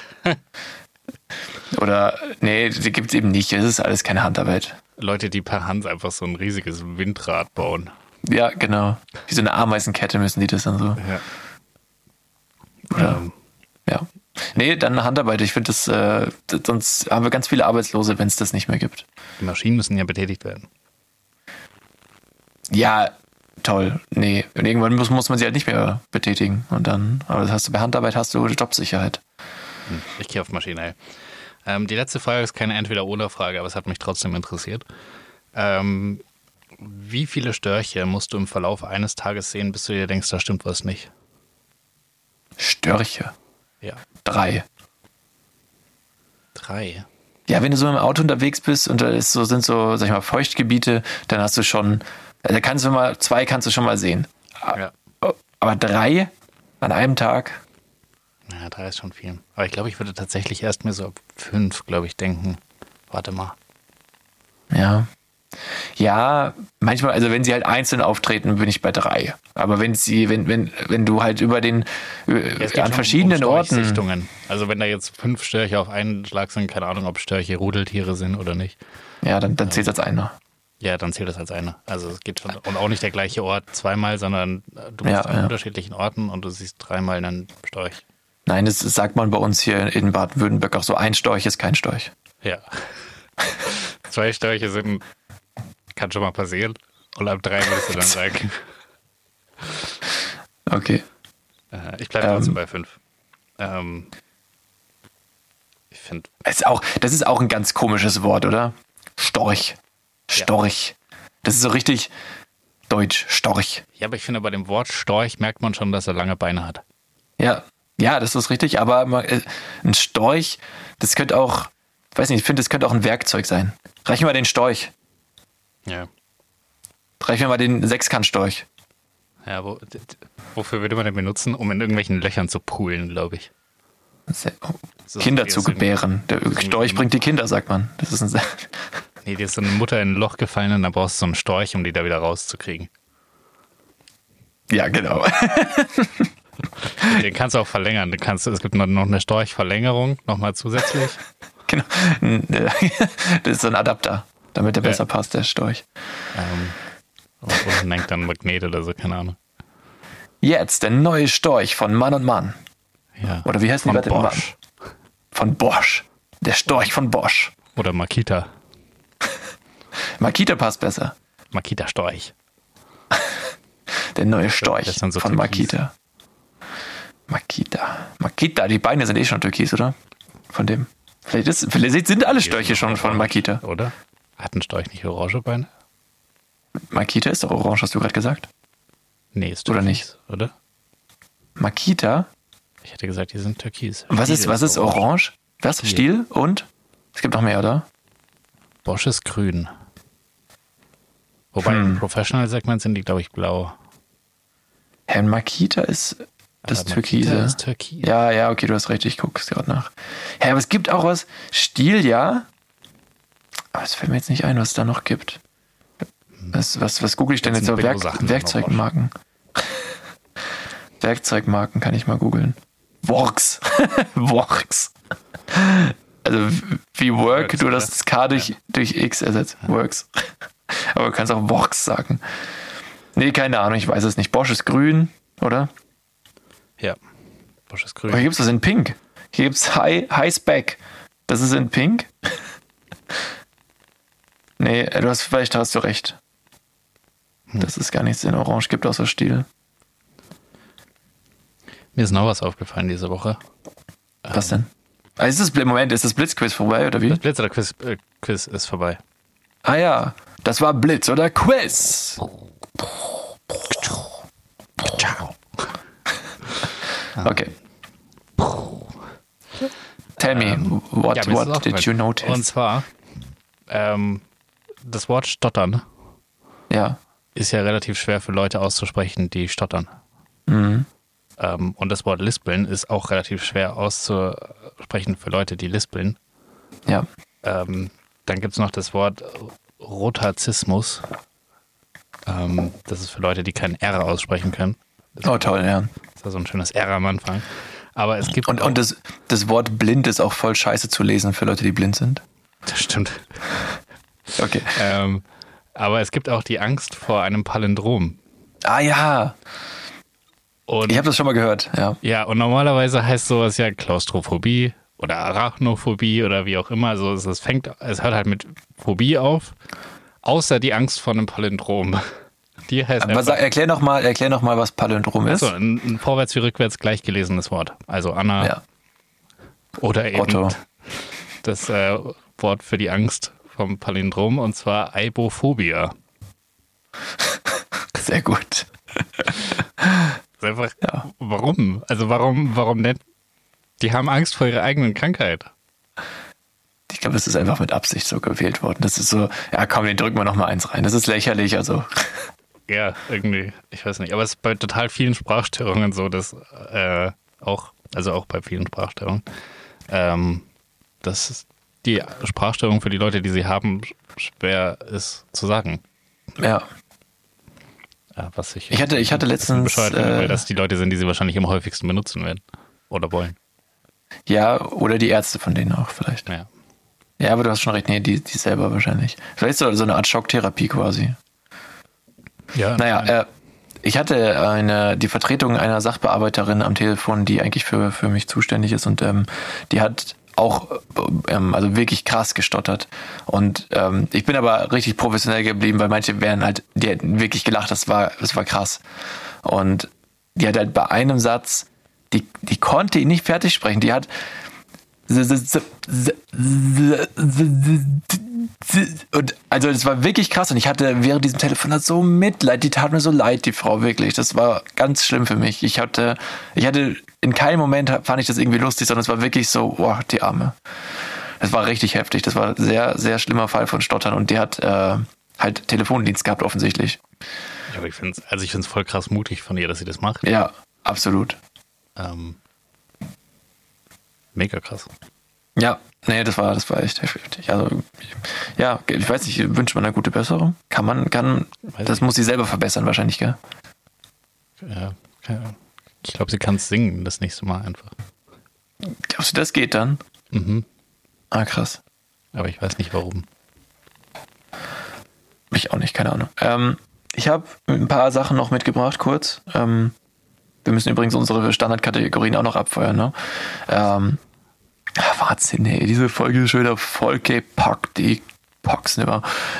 Oder, nee, die gibt's eben nicht. Es ist alles keine Handarbeit. Leute, die per Hand einfach so ein riesiges Windrad bauen. Ja, genau. Wie so eine Ameisenkette müssen die das dann so. Ja. Oder, ja. Nee, dann Handarbeit. Ich finde das, sonst haben wir ganz viele Arbeitslose, wenn es das nicht mehr gibt. Die Maschinen müssen ja betätigt werden. Ja, toll. Nee, und irgendwann muss man sie halt nicht mehr betätigen. Und dann, aber das hast du bei Handarbeit, hast du Jobsicherheit. Ich gehe auf maschinell. Die letzte Frage ist keine Entweder-oder-Frage, aber es hat mich trotzdem interessiert. Wie viele Störche musst du im Verlauf eines Tages sehen, bis du dir denkst, da stimmt was nicht? Störche. Ja. 3. 3. Ja, wenn du so im Auto unterwegs bist und da sind so, sag ich mal, Feuchtgebiete, dann hast du schon, da kannst du mal, 2 kannst du schon mal sehen. Ja. Aber 3 an einem Tag? Ja, 3 ist schon viel. Aber ich glaube, ich würde tatsächlich erst mir so ab 5, glaube ich, denken. Warte mal. Ja. Ja, manchmal, also wenn sie halt einzeln auftreten, bin ich bei 3. Aber wenn du halt über den, an verschiedenen Orten. Storchsichtungen. Also wenn da jetzt 5 Störche auf einen Schlag sind, keine Ahnung, ob Störche Rudeltiere sind oder nicht. Ja, dann zählt es als einer. Ja, dann zählt das als einer. Also es geht schon. Und auch nicht der gleiche Ort zweimal, sondern du bist an unterschiedlichen Orten und du siehst 3-mal einen Storch. Nein, das sagt man bei uns hier in Baden-Württemberg auch so, ein Storch ist kein Storch. Ja. 2 Störche sind, kann schon mal passieren. Und ab 3 würdest du dann sagen. Okay. Ich bleibe trotzdem bei 5. Ich finde. Das ist auch ein ganz komisches Wort, oder? Storch. Storch. Ja. Das ist so richtig deutsch. Storch. Ja, aber ich finde, bei dem Wort Storch merkt man schon, dass er lange Beine hat. Ja, das ist richtig. Aber ein Storch, das könnte auch, weiß nicht, ich finde, das könnte auch ein Werkzeug sein. Reich mir mal den Storch. Ja. Reich mir mal den Sechskant-Storch. Ja, wofür würde man den benutzen? Um in irgendwelchen Löchern zu poolen, glaube ich. Kinder zu gebären. Der Storch bringt die Kinder, sagt man. Das ist Nee, dir ist so eine Mutter in ein Loch gefallen und dann brauchst du so einen Storch, um die da wieder rauszukriegen. Ja, genau. Den kannst du auch verlängern. Es gibt noch eine Storchverlängerung, nochmal zusätzlich. Genau. Das ist so ein Adapter, damit der besser passt, der Storch. Oder lenkt dann ein Magnet oder so, keine Ahnung. Jetzt der neue Storch von Mann und Mann. Ja. Oder wie heißt von die? Bosch. Von Bosch. Der Storch von Bosch. Oder Makita. Makita passt besser. Makita Storch. Der neue Storch so von türkis. Makita, die Beine sind eh schon türkis, oder? Von dem. Vielleicht sind alle Störche schon von Makita. Oder? Hat ein Storch nicht orange Beine? Makita ist doch orange, hast du gerade gesagt? Nee, ist türkis. Oder nicht? Oder? Makita? Ich hätte gesagt, die sind türkis. Was ist orange? Was? Stiel. Stiel und? Es gibt noch mehr, oder? Bosch ist grün. Wobei im Professional-Segment sind die, glaube ich, blau. Herr Makita ist das Türkise. Makita ist türkis. Ja, okay, du hast recht, ich gucke es gerade nach. Ja, aber es gibt auch was. Stiel, ja. Aber es fällt mir jetzt nicht ein, was es da noch gibt. Was google ich denn jetzt? So Werkzeugmarken. Werkzeugmarken kann ich mal googeln. Works. Works. Also wie Work, Works, du das K durch X ersetzt. Works. Aber du kannst auch Works sagen. Nee, keine Ahnung, ich weiß es nicht. Bosch ist grün, oder? Ja, Bosch ist grün. Aber hier gibt es das in Pink. Hier gibt es High Spec. Das ist in Pink? Nee, vielleicht hast du recht. Das ist gar nichts in Orange gibt, außer Stiel. Mir ist noch was aufgefallen diese Woche. Was denn? Ist das Blitzquiz vorbei, oder wie? Das Blitz oder Quiz ist vorbei. Ah ja, das war Blitz oder Quiz. Okay. Tell me, what did you notice? Und zwar, das Wort stottern ist ja relativ schwer für Leute auszusprechen, die stottern. Mhm. Und das Wort lispeln ist auch relativ schwer auszusprechen für Leute, die lispeln. Ja. Dann gibt es noch das Wort Rotazismus. Das ist für Leute, die kein R aussprechen können. Toll, ja. Das ist so ein schönes R am Anfang. Aber es gibt und das Wort blind ist auch voll scheiße zu lesen für Leute, die blind sind. Das stimmt. Okay. Aber es gibt auch die Angst vor einem Palindrom. Ah ja. Und ich habe das schon mal gehört, ja. Ja, und normalerweise heißt sowas ja Klaustrophobie oder Arachnophobie oder wie auch immer. Also es hört halt mit Phobie auf, außer die Angst vor einem Palindrom. Die heißt erklär noch mal, was Palindrom ist. Also ein vorwärts wie rückwärts gleich gelesenes Wort. Also Anna oder eben Otto. Das Wort für die Angst vom Palindrom, und zwar Aibophobia. Sehr gut. Das ist einfach, Ja. warum? Also warum nicht? Die haben Angst vor ihrer eigenen Krankheit. Ich glaube, es ist einfach mit Absicht so gewählt worden. Das ist so, ja komm, den drücken wir noch mal eins rein. Das ist lächerlich, also. Ja, irgendwie, ich weiß nicht. Aber es ist bei total vielen Sprachstörungen so, dass auch bei vielen Sprachstörungen, dass die Sprachstörung für die Leute, die sie haben, schwer ist zu sagen. Ja. Was ich hatte letztens, bescheuert finde, weil das die Leute sind, die sie wahrscheinlich am häufigsten benutzen werden oder wollen. Ja, oder die Ärzte von denen auch vielleicht. Ja. Ja, aber du hast schon recht, nee, die selber wahrscheinlich. Vielleicht so eine Art Schocktherapie quasi. Ja. Naja, ich hatte die Vertretung einer Sachbearbeiterin am Telefon, die eigentlich für mich zuständig ist und die hat auch also wirklich krass gestottert. Und ich bin aber richtig professionell geblieben, weil manche die hätten wirklich gelacht, das war krass. Und die hat halt bei einem Satz, die konnte ihn nicht fertig sprechen. Die hat und also das war wirklich krass und ich hatte während diesem Telefonat so Mitleid, die tat mir so leid, die Frau, wirklich. Das war ganz schlimm für mich. Ich hatte in keinem Moment fand ich das irgendwie lustig, sondern es war wirklich so, boah, die Arme. Das war richtig heftig. Das war ein sehr, sehr schlimmer Fall von Stottern und die hat halt Telefondienst gehabt offensichtlich. Ja, aber ich finde es voll krass mutig von ihr, dass sie das macht. Ja, absolut. Mega krass. Ja, nee, das war echt heftig. Also, ja, ich weiß nicht, wünscht man eine gute Besserung? Das muss sie selber verbessern wahrscheinlich, gell? Ja, ich glaube, sie kann es singen das nächste Mal einfach. Glaubst du, das geht dann? Mhm. Ah, krass. Aber ich weiß nicht, warum. Ich auch nicht, keine Ahnung. Ich habe ein paar Sachen noch mitgebracht, kurz. Wir müssen übrigens unsere Standardkategorien auch noch abfeuern, ne? Wahnsinn, nee, diese Folge ist schon wieder voll gepackt, die Pox nimmer.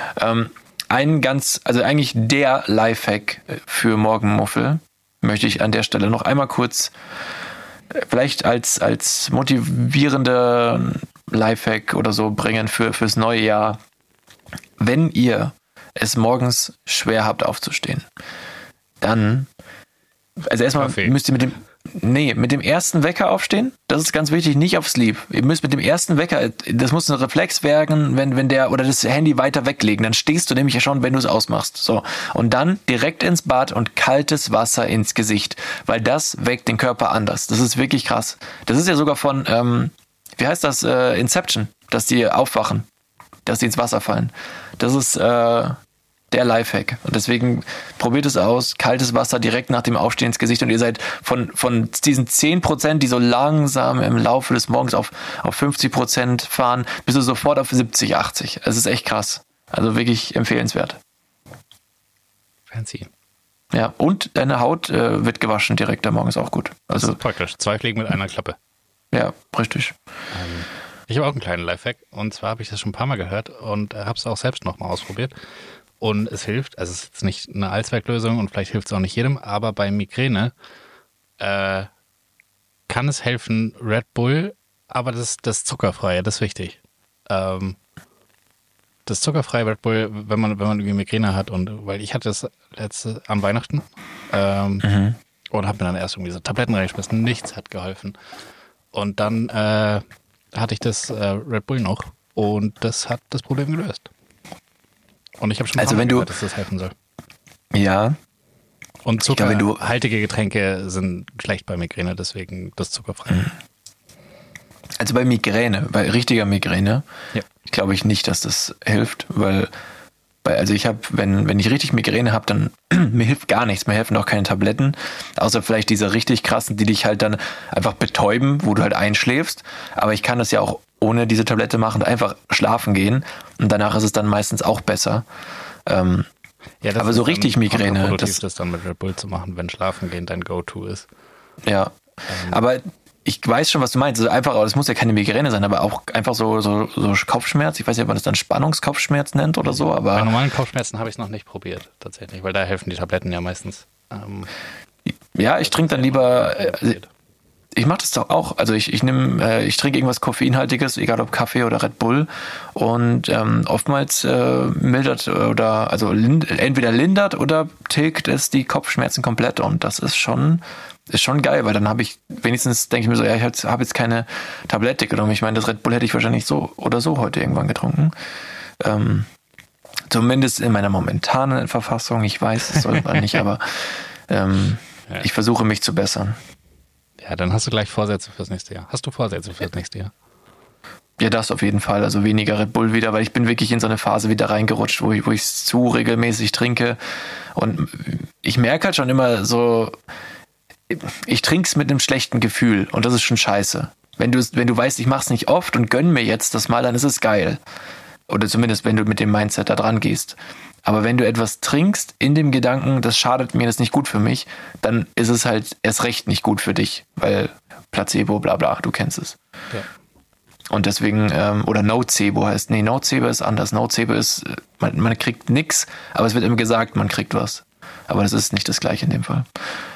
Also eigentlich der Lifehack für Morgenmuffel möchte ich an der Stelle noch einmal kurz vielleicht als motivierender Lifehack oder so bringen fürs neue Jahr. Wenn ihr es morgens schwer habt aufzustehen, dann also erstmal müsst ihr mit dem ersten Wecker aufstehen. Das ist ganz wichtig, nicht auf Sleep. Ihr müsst mit dem ersten Wecker, das muss ein Reflex werden, wenn der oder das Handy weiter weglegen. Dann stehst du nämlich ja schon, wenn du es ausmachst. So. Und dann direkt ins Bad und kaltes Wasser ins Gesicht. Weil das weckt den Körper anders. Das ist wirklich krass. Das ist ja sogar von, wie heißt das, Inception, dass die aufwachen. Dass die ins Wasser fallen. Das ist, der Lifehack. Und deswegen probiert es aus. Kaltes Wasser direkt nach dem Aufstehen ins Gesicht und ihr seid von diesen 10%, die so langsam im Laufe des Morgens auf 50% fahren, bist du sofort auf 70, 80. Es ist echt krass. Also wirklich empfehlenswert. Fancy. Ja, und deine Haut wird gewaschen direkt am Morgen, ist auch gut. Also, das ist praktisch. 2 Fliegen mit einer Klappe. Ja, richtig. Ich habe auch einen kleinen Lifehack. Und zwar habe ich das schon ein paar Mal gehört und habe es auch selbst nochmal ausprobiert. Und es hilft, also es ist jetzt nicht eine Allzwecklösung und vielleicht hilft es auch nicht jedem, aber bei Migräne kann es helfen, Red Bull, aber das Zuckerfreie, das ist wichtig. Das zuckerfreie Red Bull, wenn man irgendwie Migräne hat und weil ich hatte das an Weihnachten und habe mir dann erst irgendwie so Tabletten reingeschmissen, nichts hat geholfen. Und dann hatte ich das Red Bull noch und das hat das Problem gelöst. Und ich habe schon mal gehört, dass das helfen soll. Ja. Und zuckerhaltige Getränke sind schlecht bei Migräne, deswegen das zuckerfrei. Also bei richtiger Migräne, glaube ich nicht, dass das hilft, weil ich habe, wenn ich richtig Migräne habe, dann mir hilft gar nichts, mir helfen auch keine Tabletten, außer vielleicht diese richtig krassen, die dich halt dann einfach betäuben, wo du halt einschläfst, aber ich kann das ja auch ohne diese Tablette machen und einfach schlafen gehen und danach ist es dann meistens auch besser. Aber so richtig Migräne, das dann mit Red Bull zu machen, wenn Schlafen gehen dein Go-To ist. Ja, aber ich weiß schon, was du meinst. Also einfach, das muss ja keine Migräne sein, aber auch einfach so Kopfschmerz. Ich weiß nicht, ob man das dann Spannungskopfschmerz nennt oder so. Aber bei normalen Kopfschmerzen habe ich es noch nicht probiert, tatsächlich, weil da helfen die Tabletten ja meistens. Ja, ich trinke dann lieber. Ich mache das doch auch. Also ich trinke irgendwas Koffeinhaltiges, egal ob Kaffee oder Red Bull. Und oftmals mildert oder entweder lindert oder tilgt es die Kopfschmerzen komplett. Und das ist schon geil, weil dann habe ich wenigstens, denke ich mir so, ja, ich habe jetzt keine Tablette genommen. Ich meine, das Red Bull hätte ich wahrscheinlich so oder so heute irgendwann getrunken. Zumindest in meiner momentanen Verfassung. Ich weiß, das soll man nicht, aber ich versuche mich zu bessern. Ja, dann hast du gleich Vorsätze fürs nächste Jahr. Hast du Vorsätze fürs nächste Jahr? Ja, das auf jeden Fall. Also weniger Red Bull wieder, weil ich bin wirklich in so eine Phase wieder reingerutscht, wo ich es zu regelmäßig trinke. Und ich merke halt schon immer so, ich trinke es mit einem schlechten Gefühl und das ist schon scheiße. Wenn du weißt, ich mache es nicht oft und gönn mir jetzt das mal, dann ist es geil. Oder zumindest, wenn du mit dem Mindset da dran gehst. Aber wenn du etwas trinkst in dem Gedanken, das schadet mir, das ist nicht gut für mich, dann ist es halt erst recht nicht gut für dich, weil Placebo, bla bla, du kennst es. Ja. Und deswegen, oder Nocebo heißt, Nocebo ist anders. Nocebo ist, man kriegt nix, aber es wird immer gesagt, man kriegt was. Aber das ist nicht das Gleiche in dem Fall.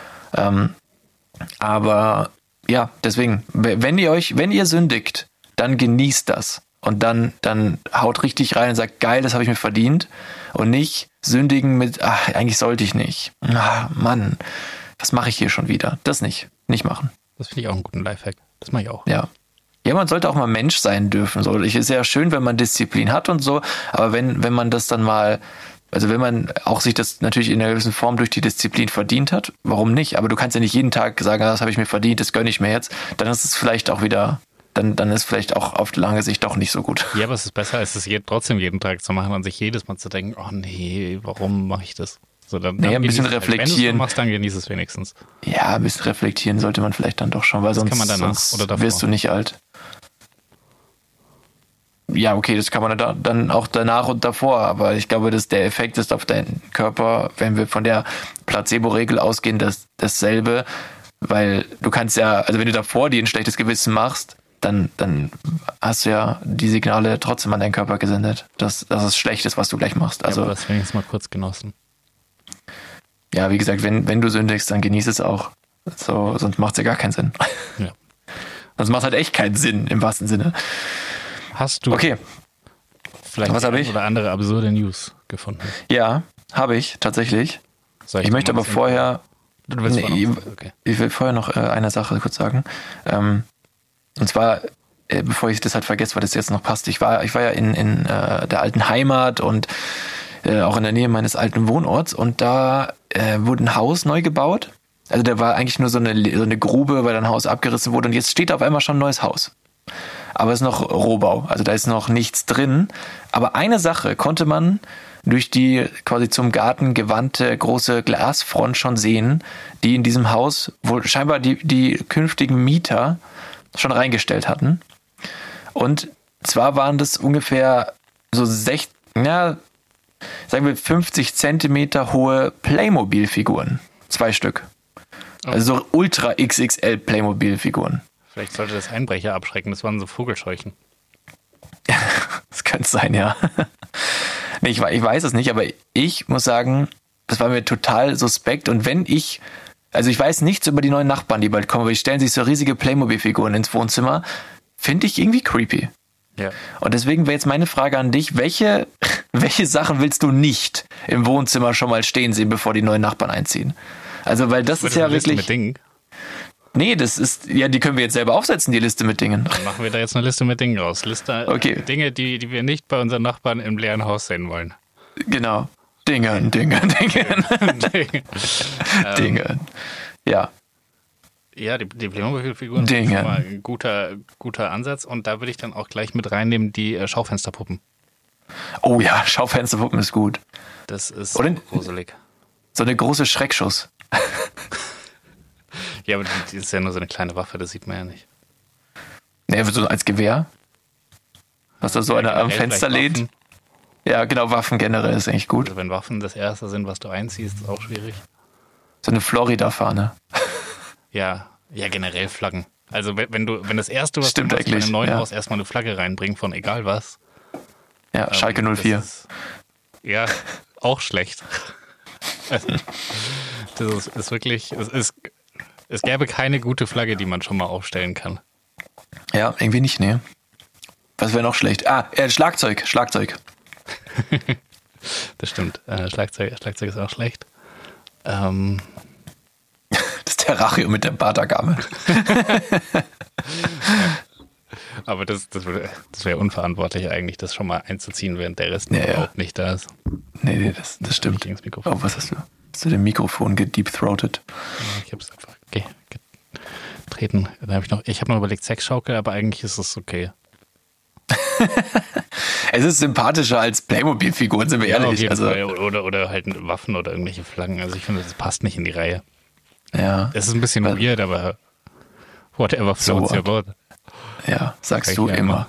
Aber ja, deswegen, wenn ihr sündigt, dann genießt das. Und dann haut richtig rein und sagt, geil, das habe ich mir verdient. Und nicht sündigen mit, ach, eigentlich sollte ich nicht. Ach, Mann, was mache ich hier schon wieder? Das nicht machen. Das finde ich auch einen guten Lifehack. Das mache ich auch. Ja. Ja, man sollte auch mal Mensch sein dürfen. So, ist ja schön, wenn man Disziplin hat und so, aber wenn man das dann mal, also wenn man auch sich das natürlich in einer gewissen Form durch die Disziplin verdient hat, warum nicht? Aber du kannst ja nicht jeden Tag sagen, das habe ich mir verdient, das gönne ich mir jetzt. Dann ist es vielleicht auch wieder, dann ist vielleicht auch auf lange Sicht doch nicht so gut. Ja, aber es ist besser, als es trotzdem jeden Tag zu machen und sich jedes Mal zu denken, oh nee, warum mache ich das? So, dann ein bisschen reflektieren. Wenn du es machst, dann genieß es wenigstens. Ja, ein bisschen reflektieren sollte man vielleicht dann doch schon, weil sonst wirst du nicht alt. Ja, okay, das kann man dann auch danach und davor, aber ich glaube, dass der Effekt ist auf deinen Körper, wenn wir von der Placebo-Regel ausgehen, dasselbe, weil du kannst ja, also wenn du davor dir ein schlechtes Gewissen machst, dann hast du ja die Signale trotzdem an deinen Körper gesendet, dass es schlecht ist, was du gleich machst. Also, ja, aber das wenigstens mal kurz genossen. Ja, wie gesagt, wenn du sündigst, dann genieß es auch. So, sonst macht es ja gar keinen Sinn. Ja. Sonst macht es halt echt keinen Sinn, im wahrsten Sinne. Hast du vielleicht was habe ich? oder andere absurde News gefunden? Ja, habe ich tatsächlich. Ich möchte aber vorher... Ich will vorher noch eine Sache kurz sagen. Und zwar, bevor ich das halt vergesse, weil das jetzt noch passt, ich war ja in der alten Heimat und auch in der Nähe meines alten Wohnorts und da wurde ein Haus neu gebaut. Also da war eigentlich nur so eine Grube, weil ein Haus abgerissen wurde und jetzt steht auf einmal schon ein neues Haus. Aber es ist noch Rohbau, also da ist noch nichts drin. Aber eine Sache konnte man durch die quasi zum Garten gewandte große Glasfront schon sehen, die in diesem Haus wohl scheinbar die künftigen Mieter schon reingestellt hatten. Und zwar waren das ungefähr so 50 Zentimeter hohe Playmobil-Figuren. 2 Stück. Also so Ultra XXL Playmobil-Figuren. Vielleicht sollte das Einbrecher abschrecken, das waren so Vogelscheuchen. Das könnte sein, ja. Nee, ich weiß es nicht, aber ich muss sagen, das war mir total suspekt. Und ich weiß nichts über die neuen Nachbarn, die bald kommen, aber die stellen sich so riesige Playmobil-Figuren ins Wohnzimmer, finde ich irgendwie creepy. Ja. Und deswegen wäre jetzt meine Frage an dich, welche Sachen willst du nicht im Wohnzimmer schon mal stehen sehen, bevor die neuen Nachbarn einziehen? Also, weil das ist ja wirklich... Mit Dingen. Nee, das ist, ja, die können wir jetzt selber aufsetzen, die Liste mit Dingen. Dann machen wir da jetzt eine Liste mit Dingen raus. Okay. Dinge, die wir nicht bei unseren Nachbarn im leeren Haus sehen wollen. Genau. Dingen. Dingen. Ja. Ja, die Playmobil-Figuren sind schon mal ein guter Ansatz. Und da würde ich dann auch gleich mit reinnehmen die Schaufensterpuppen. Oh ja, Schaufensterpuppen ist gut. Das ist gruselig. So eine große Schreckschuss. Ja, aber die ist ja nur so eine kleine Waffe, das sieht man ja nicht. Nee, so als Gewehr. Was da so einer am Fenster lehnt. Ja, genau, Waffen generell ist eigentlich gut. Also wenn Waffen das Erste sind, was du einziehst, ist auch schwierig. So eine Florida-Fahne. Ja, generell Flaggen. Also wenn das Erste, was Stimmt du machst, in einem neuen ja. Haus erstmal eine Flagge reinbringen von egal was. Ja, Schalke 04. Ja, auch schlecht. Das ist wirklich, es ist Es gäbe keine gute Flagge, die man schon mal aufstellen kann. Ja, irgendwie nicht, ne? Was wäre noch schlecht? Schlagzeug. Das stimmt. Schlagzeug ist auch schlecht. Das ist der Rache mit der Bartagame. Aber das wäre unverantwortlich eigentlich, das schon mal einzuziehen, während der Rest überhaupt nicht da ist. Nee, das stimmt. Oh, was hast du? Hast du dem Mikrofon gedeepthroated? Ja, ich habe es einfach getreten. Ich habe noch überlegt, Sexschaukel, aber eigentlich ist es okay. Es ist sympathischer als Playmobil-Figuren, sind wir ehrlich. Auf jeden Fall. Oder halt Waffen oder irgendwelche Flaggen. Also ich finde, das passt nicht in die Reihe. Ja. Es ist ein bisschen weird, aber whatever floats your boat. Ja, sagst du immer.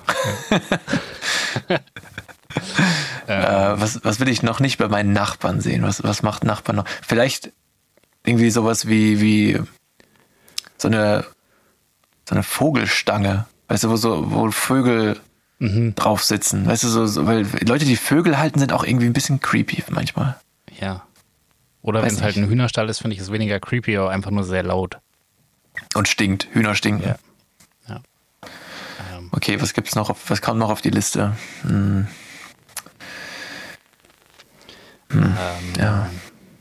Was will ich noch nicht bei meinen Nachbarn sehen? Was macht Nachbarn noch? Vielleicht irgendwie sowas wie so eine Vogelstange. Weißt du, wo Vögel drauf sitzen. Weißt du, weil Leute, die Vögel halten, sind auch irgendwie ein bisschen creepy manchmal. Ja. Oder wenn es halt ein Hühnerstall ist, finde ich es weniger creepy, aber einfach nur sehr laut. Und stinkt. Hühner stinken. Ja. Okay, was gibt's noch? Was kommt noch auf die Liste? Ja.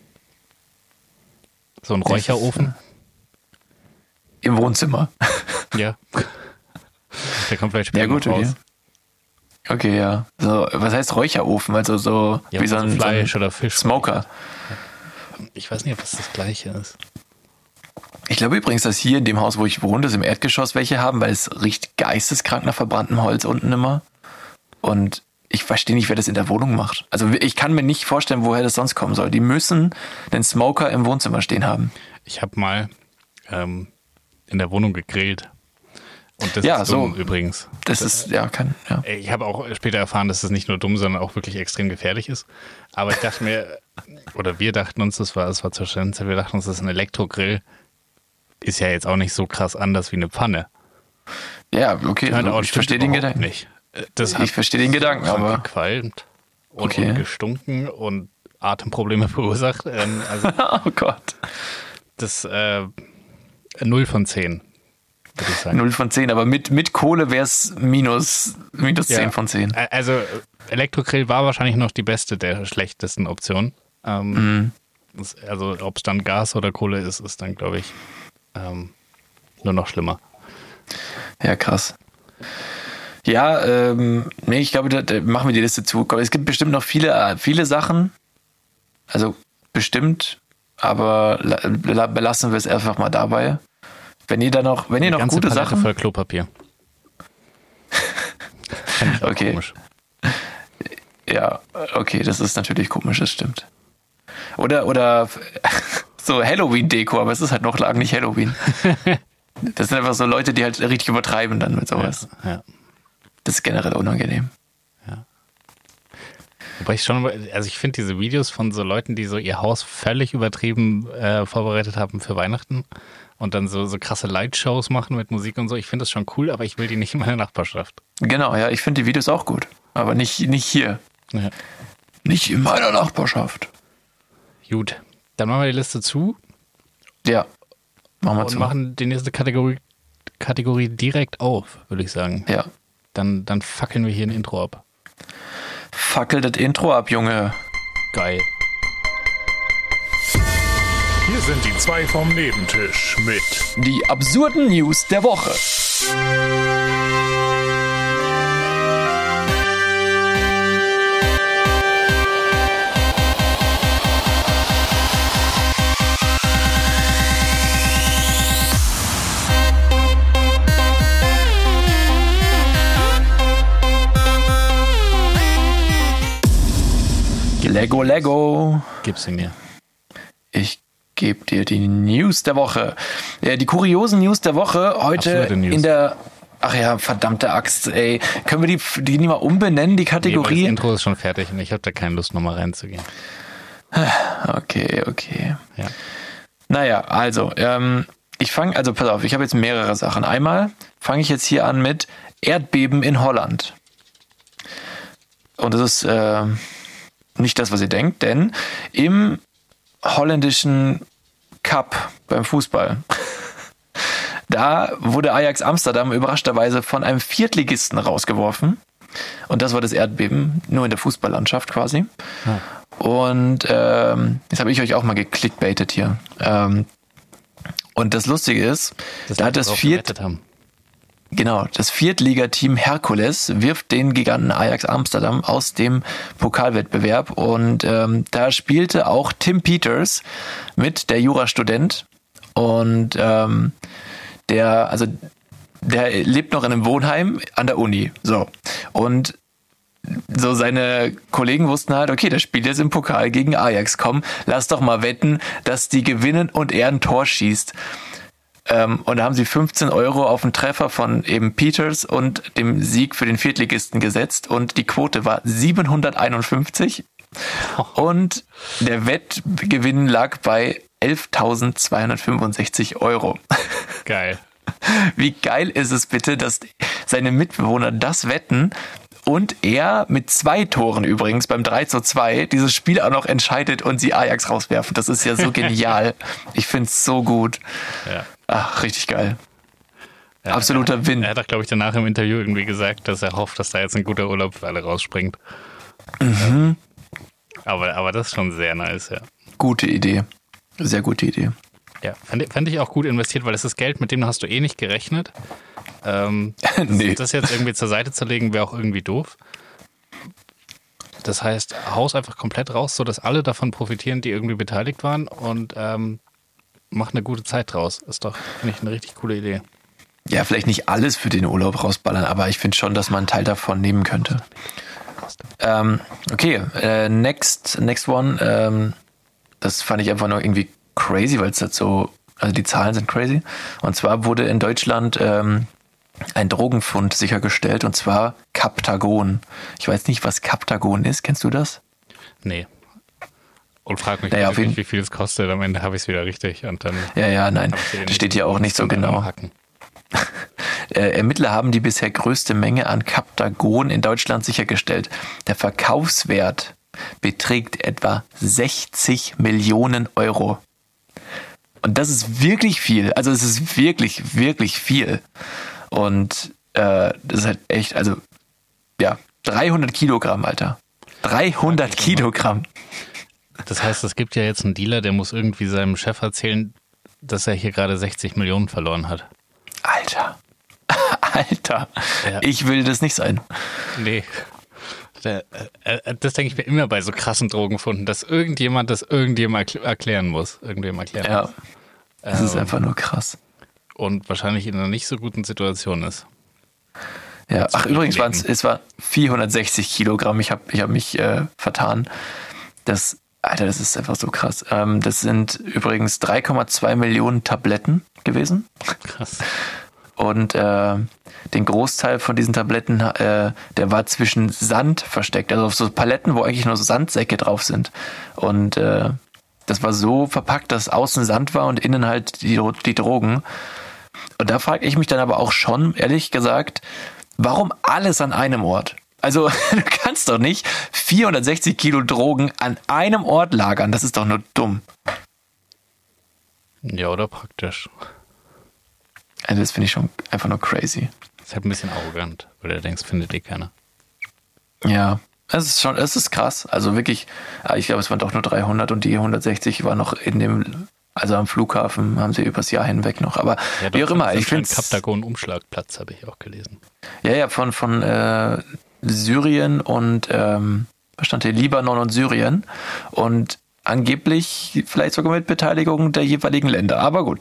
So ein Räucherofen? Im Wohnzimmer. Ja. Der kommt vielleicht später gut, raus. Okay, ja. So, was heißt Räucherofen? Also so ja, wie so ein Fleisch oder Fisch. Smoker. Ich weiß nicht, ob das Gleiche ist. Ich glaube übrigens, dass hier in dem Haus, wo ich wohne, das im Erdgeschoss welche haben, weil es riecht geisteskrank nach verbranntem Holz unten immer. Und ich verstehe nicht, wer das in der Wohnung macht. Also ich kann mir nicht vorstellen, woher das sonst kommen soll. Die müssen den Smoker im Wohnzimmer stehen haben. Ich habe mal in der Wohnung gegrillt. Und das ja, ist dumm übrigens. Das ist, ja. Ich habe auch später erfahren, dass das nicht nur dumm, sondern auch wirklich extrem gefährlich ist. Aber ich dachte mir, oder wir dachten uns, das war zur Ständzeit, wir dachten uns, das ist ein Elektrogrill. Ist ja jetzt auch nicht so krass anders wie eine Pfanne. Ja, okay, also ich verstehe den Gedanken. Nicht. Ich verstehe den Gedanken, aber gequalmt und gestunken und Atemprobleme verursacht. Oh Gott. Das 0 von 10, würde ich sagen. 0 von 10, aber mit Kohle wäre es minus 10 von 10. Also Elektrogrill war wahrscheinlich noch die beste der schlechtesten Optionen. Also ob es dann Gas oder Kohle ist dann, glaube ich, nur noch schlimmer. Ja, krass. Ja, nee, ich glaube, da machen wir die Liste zu. Es gibt bestimmt noch viele Sachen. Also bestimmt, aber belassen wir es einfach mal dabei. Wenn ihr noch gute Sachen. Voll Klopapier. Okay. Komisch. Ja, okay, das ist natürlich komisch, das stimmt. Oder so Halloween-Deko, aber es ist halt noch lange nicht Halloween. Das sind einfach so Leute, die halt richtig übertreiben dann mit sowas. Ja. Das ist generell unangenehm. Ja. Wobei ich finde diese Videos von so Leuten, die so ihr Haus völlig übertrieben vorbereitet haben für Weihnachten und dann so krasse Lightshows machen mit Musik und so, ich finde das schon cool, aber ich will die nicht in meiner Nachbarschaft. Genau, ja, ich finde die Videos auch gut, aber nicht hier. Ja. Nicht in meiner Nachbarschaft. Gut, dann machen wir die Liste zu. Ja, machen wir zu. Und machen die nächste Kategorie direkt auf, würde ich sagen. Ja. Dann fackeln wir hier ein Intro ab. Fackel das Intro ab, Junge. Geil. Hier sind die zwei vom Nebentisch mit die absurden News der Woche. Lego. Gib sie mir. Ich gebe dir die News der Woche. Ja, die kuriosen News der Woche heute in der... Ach ja, verdammte Axt, ey. Können wir die nicht mal umbenennen, die Kategorie? Nee, das Intro ist schon fertig und ich habe da keine Lust, nochmal reinzugehen. Okay. Ja. Naja, also, pass auf, ich habe jetzt mehrere Sachen. Einmal fange ich jetzt hier an mit Erdbeben in Holland. Und das ist nicht das, was ihr denkt, denn im holländischen Cup beim Fußball Da wurde Ajax Amsterdam überraschenderweise von einem Viertligisten rausgeworfen. Und das war das Erdbeben, nur in der Fußballlandschaft quasi. Und jetzt habe ich euch auch mal geklickbaitet hier. Und das Lustige ist, da hat das Viertligateam Herkules wirft den Giganten Ajax Amsterdam aus dem Pokalwettbewerb. Und da spielte auch Tim Peters mit, der Jurastudent. Und der lebt noch in einem Wohnheim an der Uni. So. Und so seine Kollegen wussten halt, okay, der spielt jetzt im Pokal gegen Ajax. Komm, lass doch mal wetten, dass die gewinnen und er ein Tor schießt. Und da haben sie 15 € auf den Treffer von eben Peters und dem Sieg für den Viertligisten gesetzt. Und die Quote war 751. Und der Wettgewinn lag bei 11.265 €. Geil. Wie geil ist es bitte, dass seine Mitbewohner das wetten und er mit 2 Toren übrigens beim 3:2 dieses Spiel auch noch entscheidet und sie Ajax rauswerfen. Das ist ja so genial. Ich finde es so gut. Ja. Ach, richtig geil. Ja, absoluter Win. Er hat doch, glaube ich, danach im Interview irgendwie gesagt, dass er hofft, dass da jetzt ein guter Urlaub für alle rausspringt. Mhm. Aber das ist schon sehr nice, ja. Gute Idee. Sehr gute Idee. Ja, fand ich auch gut investiert, weil das ist Geld, mit dem hast du eh nicht gerechnet. Nee. Das jetzt irgendwie zur Seite zu legen, wäre auch irgendwie doof. Das heißt, haus einfach komplett raus, sodass alle davon profitieren, die irgendwie beteiligt waren und mach eine gute Zeit draus. Ist doch, finde ich, eine richtig coole Idee. Ja, vielleicht nicht alles für den Urlaub rausballern, aber ich finde schon, dass man einen Teil davon nehmen könnte. Okay, next one. Das fand ich einfach nur irgendwie crazy, weil es halt so, also die Zahlen sind crazy. Und zwar wurde in Deutschland ein Drogenfund sichergestellt, und zwar Captagon. Ich weiß nicht, was Captagon ist. Kennst du das? Nee. Und frag mich nicht, wie viel es kostet. Am Ende habe ich es wieder richtig. Und dann nein. Das steht hier auch nicht so genau. Ermittler haben die bisher größte Menge an Captagon in Deutschland sichergestellt. Der Verkaufswert beträgt etwa 60 Millionen €. Und das ist wirklich viel. Also es ist wirklich, wirklich viel. Und das ist halt echt, also ja, 300 Kilogramm, Alter. 300 Kilogramm. Das heißt, es gibt ja jetzt einen Dealer, der muss irgendwie seinem Chef erzählen, dass er hier gerade 60 Millionen verloren hat. Alter. Ja. Ich will das nicht sein. Nee. Das denke ich mir immer bei so krassen Drogenfunden, dass irgendjemand das irgendjemandem erklären muss. Ja. Das ist einfach nur krass. Und wahrscheinlich in einer nicht so guten Situation ist. Ja, ach übrigens es war 460 Kilogramm. Ich hab mich vertan. Alter, das ist einfach so krass. Das sind übrigens 3,2 Millionen Tabletten gewesen. Krass. Und den Großteil von diesen Tabletten, der war zwischen Sand versteckt. Also auf so Paletten, wo eigentlich nur so Sandsäcke drauf sind. Und das war so verpackt, dass außen Sand war und innen halt die Drogen. Und da frage ich mich dann aber auch schon, ehrlich gesagt, warum alles an einem Ort? Also du kannst doch nicht 460 Kilo Drogen an einem Ort lagern. Das ist doch nur dumm. Ja, oder praktisch. Also das finde ich schon einfach nur crazy. Das ist halt ein bisschen arrogant, weil du denkst, findet eh keiner. Ja, es ist krass. Also wirklich, ich glaube, es waren doch nur 300 und die 160 waren noch also am Flughafen haben sie übers Jahr hinweg noch. Aber ja, wie auch immer, ich finde Captagon-Umschlagplatz habe ich auch gelesen. Ja, von Syrien und was stand hier? Libanon und Syrien. Und angeblich vielleicht sogar mit Beteiligung der jeweiligen Länder. Aber gut.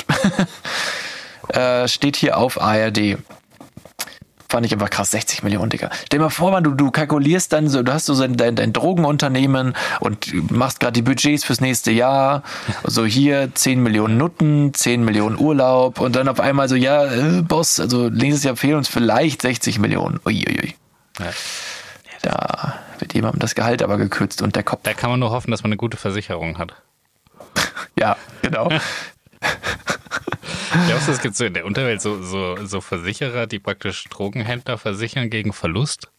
Steht hier auf ARD. Fand ich einfach krass, 60 Millionen, Digga. Stell dir mal vor, du kalkulierst dann so, du hast so dein Drogenunternehmen und machst gerade die Budgets fürs nächste Jahr. So hier 10 Millionen Nutten, 10 Millionen Urlaub und dann auf einmal so, Boss, also nächstes Jahr fehlen uns vielleicht 60 Millionen. Uiuiui. Ja. Da wird jemandem das Gehalt aber gekürzt und der Kopf. Da kann man nur hoffen, dass man eine gute Versicherung hat. Ja, genau. Glaubst du, es gibt so in der Unterwelt so Versicherer, die praktisch Drogenhändler versichern gegen Verlust?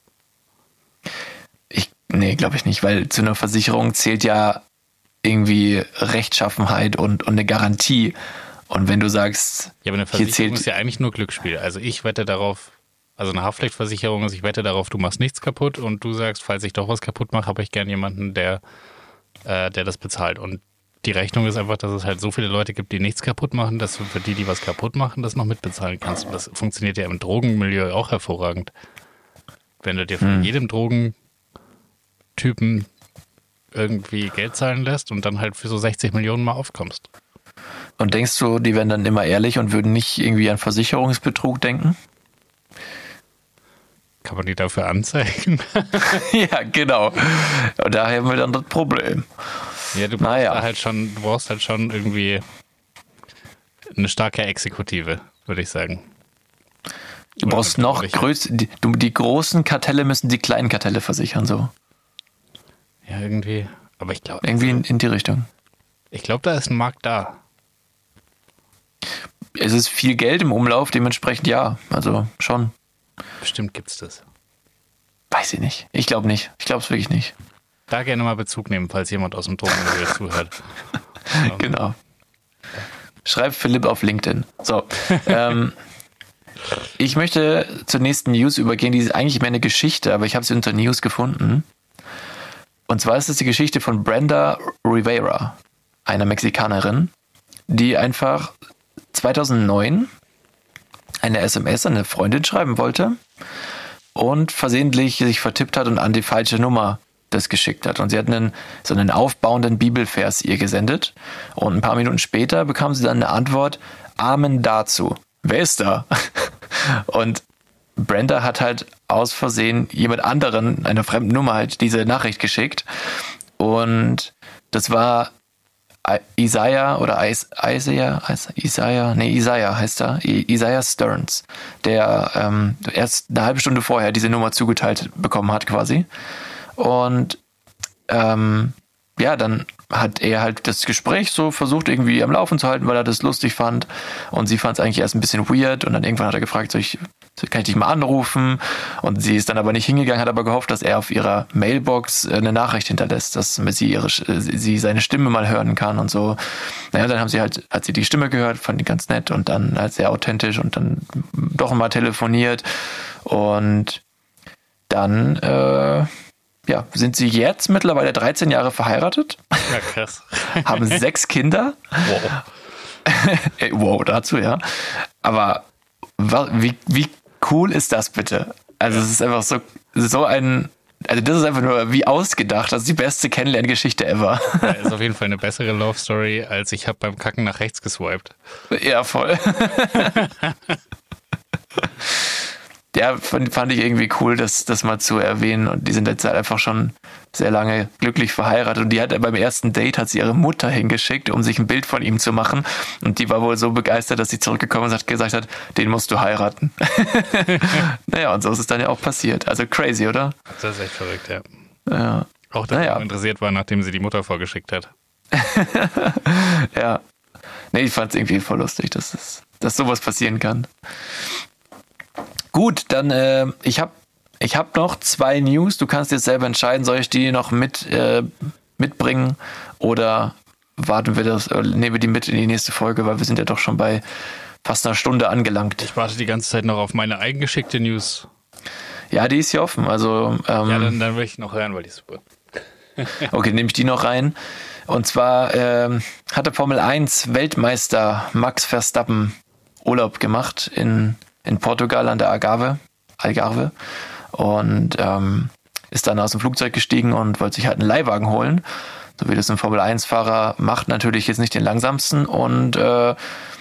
Nee, glaube ich nicht, weil zu einer Versicherung zählt ja irgendwie Rechtschaffenheit und eine Garantie. Und wenn du sagst, Ja, aber eine hier Versicherung zählt, ist ja eigentlich nur Glücksspiel. Also ich wette darauf, also eine Haftpflichtversicherung ist, ich wette darauf, du machst nichts kaputt und du sagst, falls ich doch was kaputt mache, habe ich gern jemanden, der das bezahlt. Und die Rechnung ist einfach, dass es halt so viele Leute gibt, die nichts kaputt machen, dass du für die was kaputt machen, das noch mitbezahlen kannst. Und das funktioniert ja im Drogenmilieu auch hervorragend. Wenn du dir von jedem Drogentypen irgendwie Geld zahlen lässt und dann halt für so 60 Millionen mal aufkommst. und denkst du, die wären dann immer ehrlich und würden nicht irgendwie an Versicherungsbetrug denken? Kann man die dafür anzeigen? Ja, genau. Und da haben wir dann das Problem. Ja, du brauchst halt schon irgendwie eine starke Exekutive, würde ich sagen. Du brauchst noch größer, die großen Kartelle müssen die kleinen Kartelle versichern, so. Ja, irgendwie. Aber ich glaube. Irgendwie in die Richtung. Ich glaube, da ist ein Markt da. Es ist viel Geld im Umlauf, dementsprechend ja. Also schon. Bestimmt gibt's das. Weiß ich nicht. Ich glaube nicht. Ich glaube es wirklich nicht. Da gerne mal Bezug nehmen, falls jemand aus dem Drogenmilieu zuhört. Genau. Schreib Philipp auf LinkedIn. So. Ich möchte zur nächsten News übergehen. Die ist eigentlich mehr eine Geschichte, aber ich habe sie unter News gefunden. Und zwar ist es die Geschichte von Brenda Rivera, einer Mexikanerin, die einfach 2009 eine SMS an eine Freundin schreiben wollte und versehentlich sich vertippt hat und an die falsche Nummer das geschickt hat. Und sie hat so einen aufbauenden Bibelvers ihr gesendet. Und ein paar Minuten später bekam sie dann eine Antwort, Amen dazu. Wer ist da? Und Brenda hat halt aus Versehen jemand anderen, einer fremden Nummer halt, diese Nachricht geschickt. Und das war Isaiah heißt er. Isaiah Stearns, der erst eine halbe Stunde vorher diese Nummer zugeteilt bekommen hat quasi. Und dann hat er halt das Gespräch so versucht irgendwie am Laufen zu halten, weil er das lustig fand. Und sie fand es eigentlich erst ein bisschen weird. Und dann irgendwann hat er gefragt, kann ich dich mal anrufen? Und sie ist dann aber nicht hingegangen, hat aber gehofft, dass er auf ihrer Mailbox eine Nachricht hinterlässt, dass sie seine Stimme mal hören kann und so. Naja, dann hat sie die Stimme gehört, fand die ganz nett und dann halt sehr authentisch und dann doch mal telefoniert. Und dann sind sie jetzt mittlerweile 13 Jahre verheiratet. Ja, krass. Haben 6 Kinder. Wow. Wow, dazu, ja. Aber wie cool ist das bitte? Also es ist einfach so ein, also das ist einfach nur wie ausgedacht. Das ist die beste Kennenlerngeschichte ever. Ja, ist auf jeden Fall eine bessere Love Story, als ich habe beim Kacken nach rechts geswiped. Ja, voll. Ja, fand ich irgendwie cool, das mal zu erwähnen. Und die sind jetzt halt einfach schon sehr lange glücklich verheiratet. Und beim ersten Date hat sie ihre Mutter hingeschickt, um sich ein Bild von ihm zu machen. Und die war wohl so begeistert, dass sie zurückgekommen ist und hat gesagt, den musst du heiraten. Naja, und so ist es dann ja auch passiert. Also crazy, oder? Das ist echt verrückt, ja. Ja. Auch, dass er interessiert war, nachdem sie die Mutter vorgeschickt hat. Ja. Nee, ich fand es irgendwie voll lustig, dass sowas passieren kann. Gut, dann ich hab noch 2 News. Du kannst jetzt selber entscheiden, soll ich die noch mitbringen oder nehmen wir die mit in die nächste Folge, weil wir sind ja doch schon bei fast einer Stunde angelangt. Ich warte die ganze Zeit noch auf meine eigengeschickte News. Ja, die ist hier offen. Also dann will ich noch hören, weil die ist super. Okay, nehme ich die noch rein. Und zwar hat der Formel 1 Weltmeister Max Verstappen Urlaub gemacht in Portugal an der Algarve und ist dann aus dem Flugzeug gestiegen und wollte sich halt einen Leihwagen holen, so wie das ein Formel-1-Fahrer macht, natürlich jetzt nicht den langsamsten und er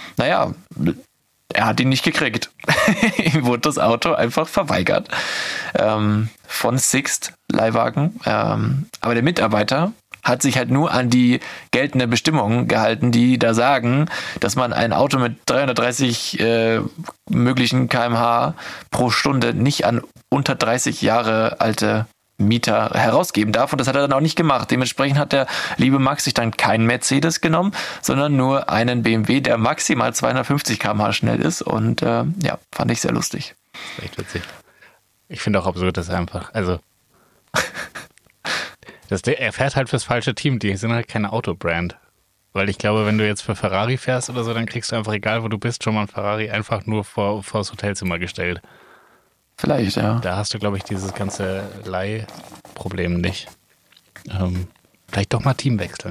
hat ihn nicht gekriegt. Ihm wurde das Auto einfach verweigert von Sixt Leihwagen, aber der Mitarbeiter hat sich halt nur an die geltenden Bestimmungen gehalten, die da sagen, dass man ein Auto mit 330 möglichen km/h pro Stunde nicht an unter 30 Jahre alte Mieter herausgeben darf. Und das hat er dann auch nicht gemacht. Dementsprechend hat der liebe Max sich dann keinen Mercedes genommen, sondern nur einen BMW, der maximal 250 km/h schnell ist. Und fand ich sehr lustig. Das ist echt witzig. Ich finde auch absurd, dass er einfach, also er fährt halt fürs falsche Team, die sind halt keine Autobrand. Weil ich glaube, wenn du jetzt für Ferrari fährst oder so, dann kriegst du einfach, egal wo du bist, schon mal ein Ferrari einfach nur vors Hotelzimmer gestellt. Vielleicht, ja. Da hast du, glaube ich, dieses ganze Leihproblem nicht. Vielleicht doch mal Team wechseln.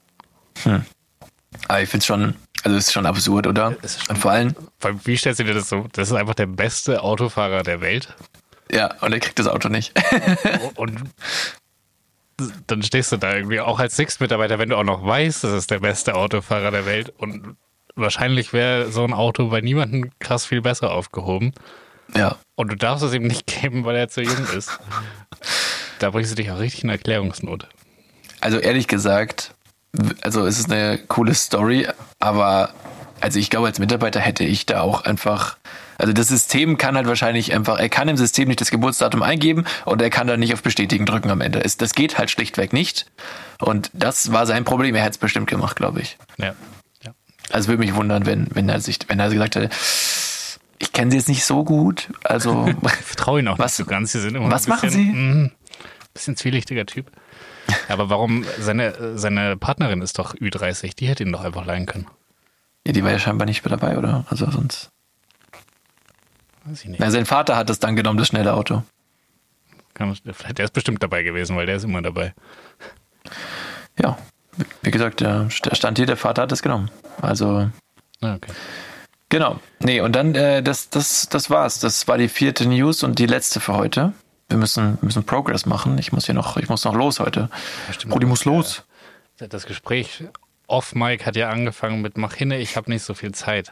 Aber ich finde es schon, also es ist schon absurd, oder? Und vor allem, Wie stellst du dir das so? Das ist einfach der beste Autofahrer der Welt. ja, und er kriegt das Auto nicht. Und dann stehst du da irgendwie auch als Sixt-Mitarbeiter, wenn du auch noch weißt, das ist der beste Autofahrer der Welt. Und wahrscheinlich wäre so ein Auto bei niemandem krass viel besser aufgehoben. Ja. Und du darfst es ihm nicht geben, weil er zu jung ist. Da bringst du dich auch richtig in Erklärungsnot. Also ehrlich gesagt, also es ist eine coole Story, aber also ich glaube, als Mitarbeiter hätte ich da auch einfach, also das System kann halt wahrscheinlich einfach, er kann im System nicht das Geburtsdatum eingeben und er kann dann nicht auf Bestätigen drücken am Ende. Das geht halt schlichtweg nicht und das war sein Problem. Er hätte es bestimmt gemacht, glaube ich. Ja. Also würde mich wundern, wenn er gesagt hätte, ich kenne sie jetzt nicht so gut, also Ich vertraue ihnen auch nicht so ganz. Sie sind immer was ein bisschen, machen Sie? Bisschen zwielichtiger Typ. Aber warum, seine Partnerin ist doch Ü30, die hätte ihn doch einfach leihen können. Ja, die war ja scheinbar nicht mehr dabei, oder? Also sonst. Weiß ich nicht. Na, sein Vater hat das dann genommen, das schnelle Auto. Vielleicht der ist bestimmt dabei gewesen, weil der ist immer dabei. Ja, wie gesagt, der stand hier, der Vater hat das genommen. Also, Okay. genau. Nee, und dann, das war's. Das war die 4. News und die letzte für heute. Wir müssen Progress machen. Ich muss noch los heute. Ja, stimmt. Rudi muss los. Das Gespräch off-Mic hat ja angefangen mit Mach hinne, ich habe nicht so viel Zeit.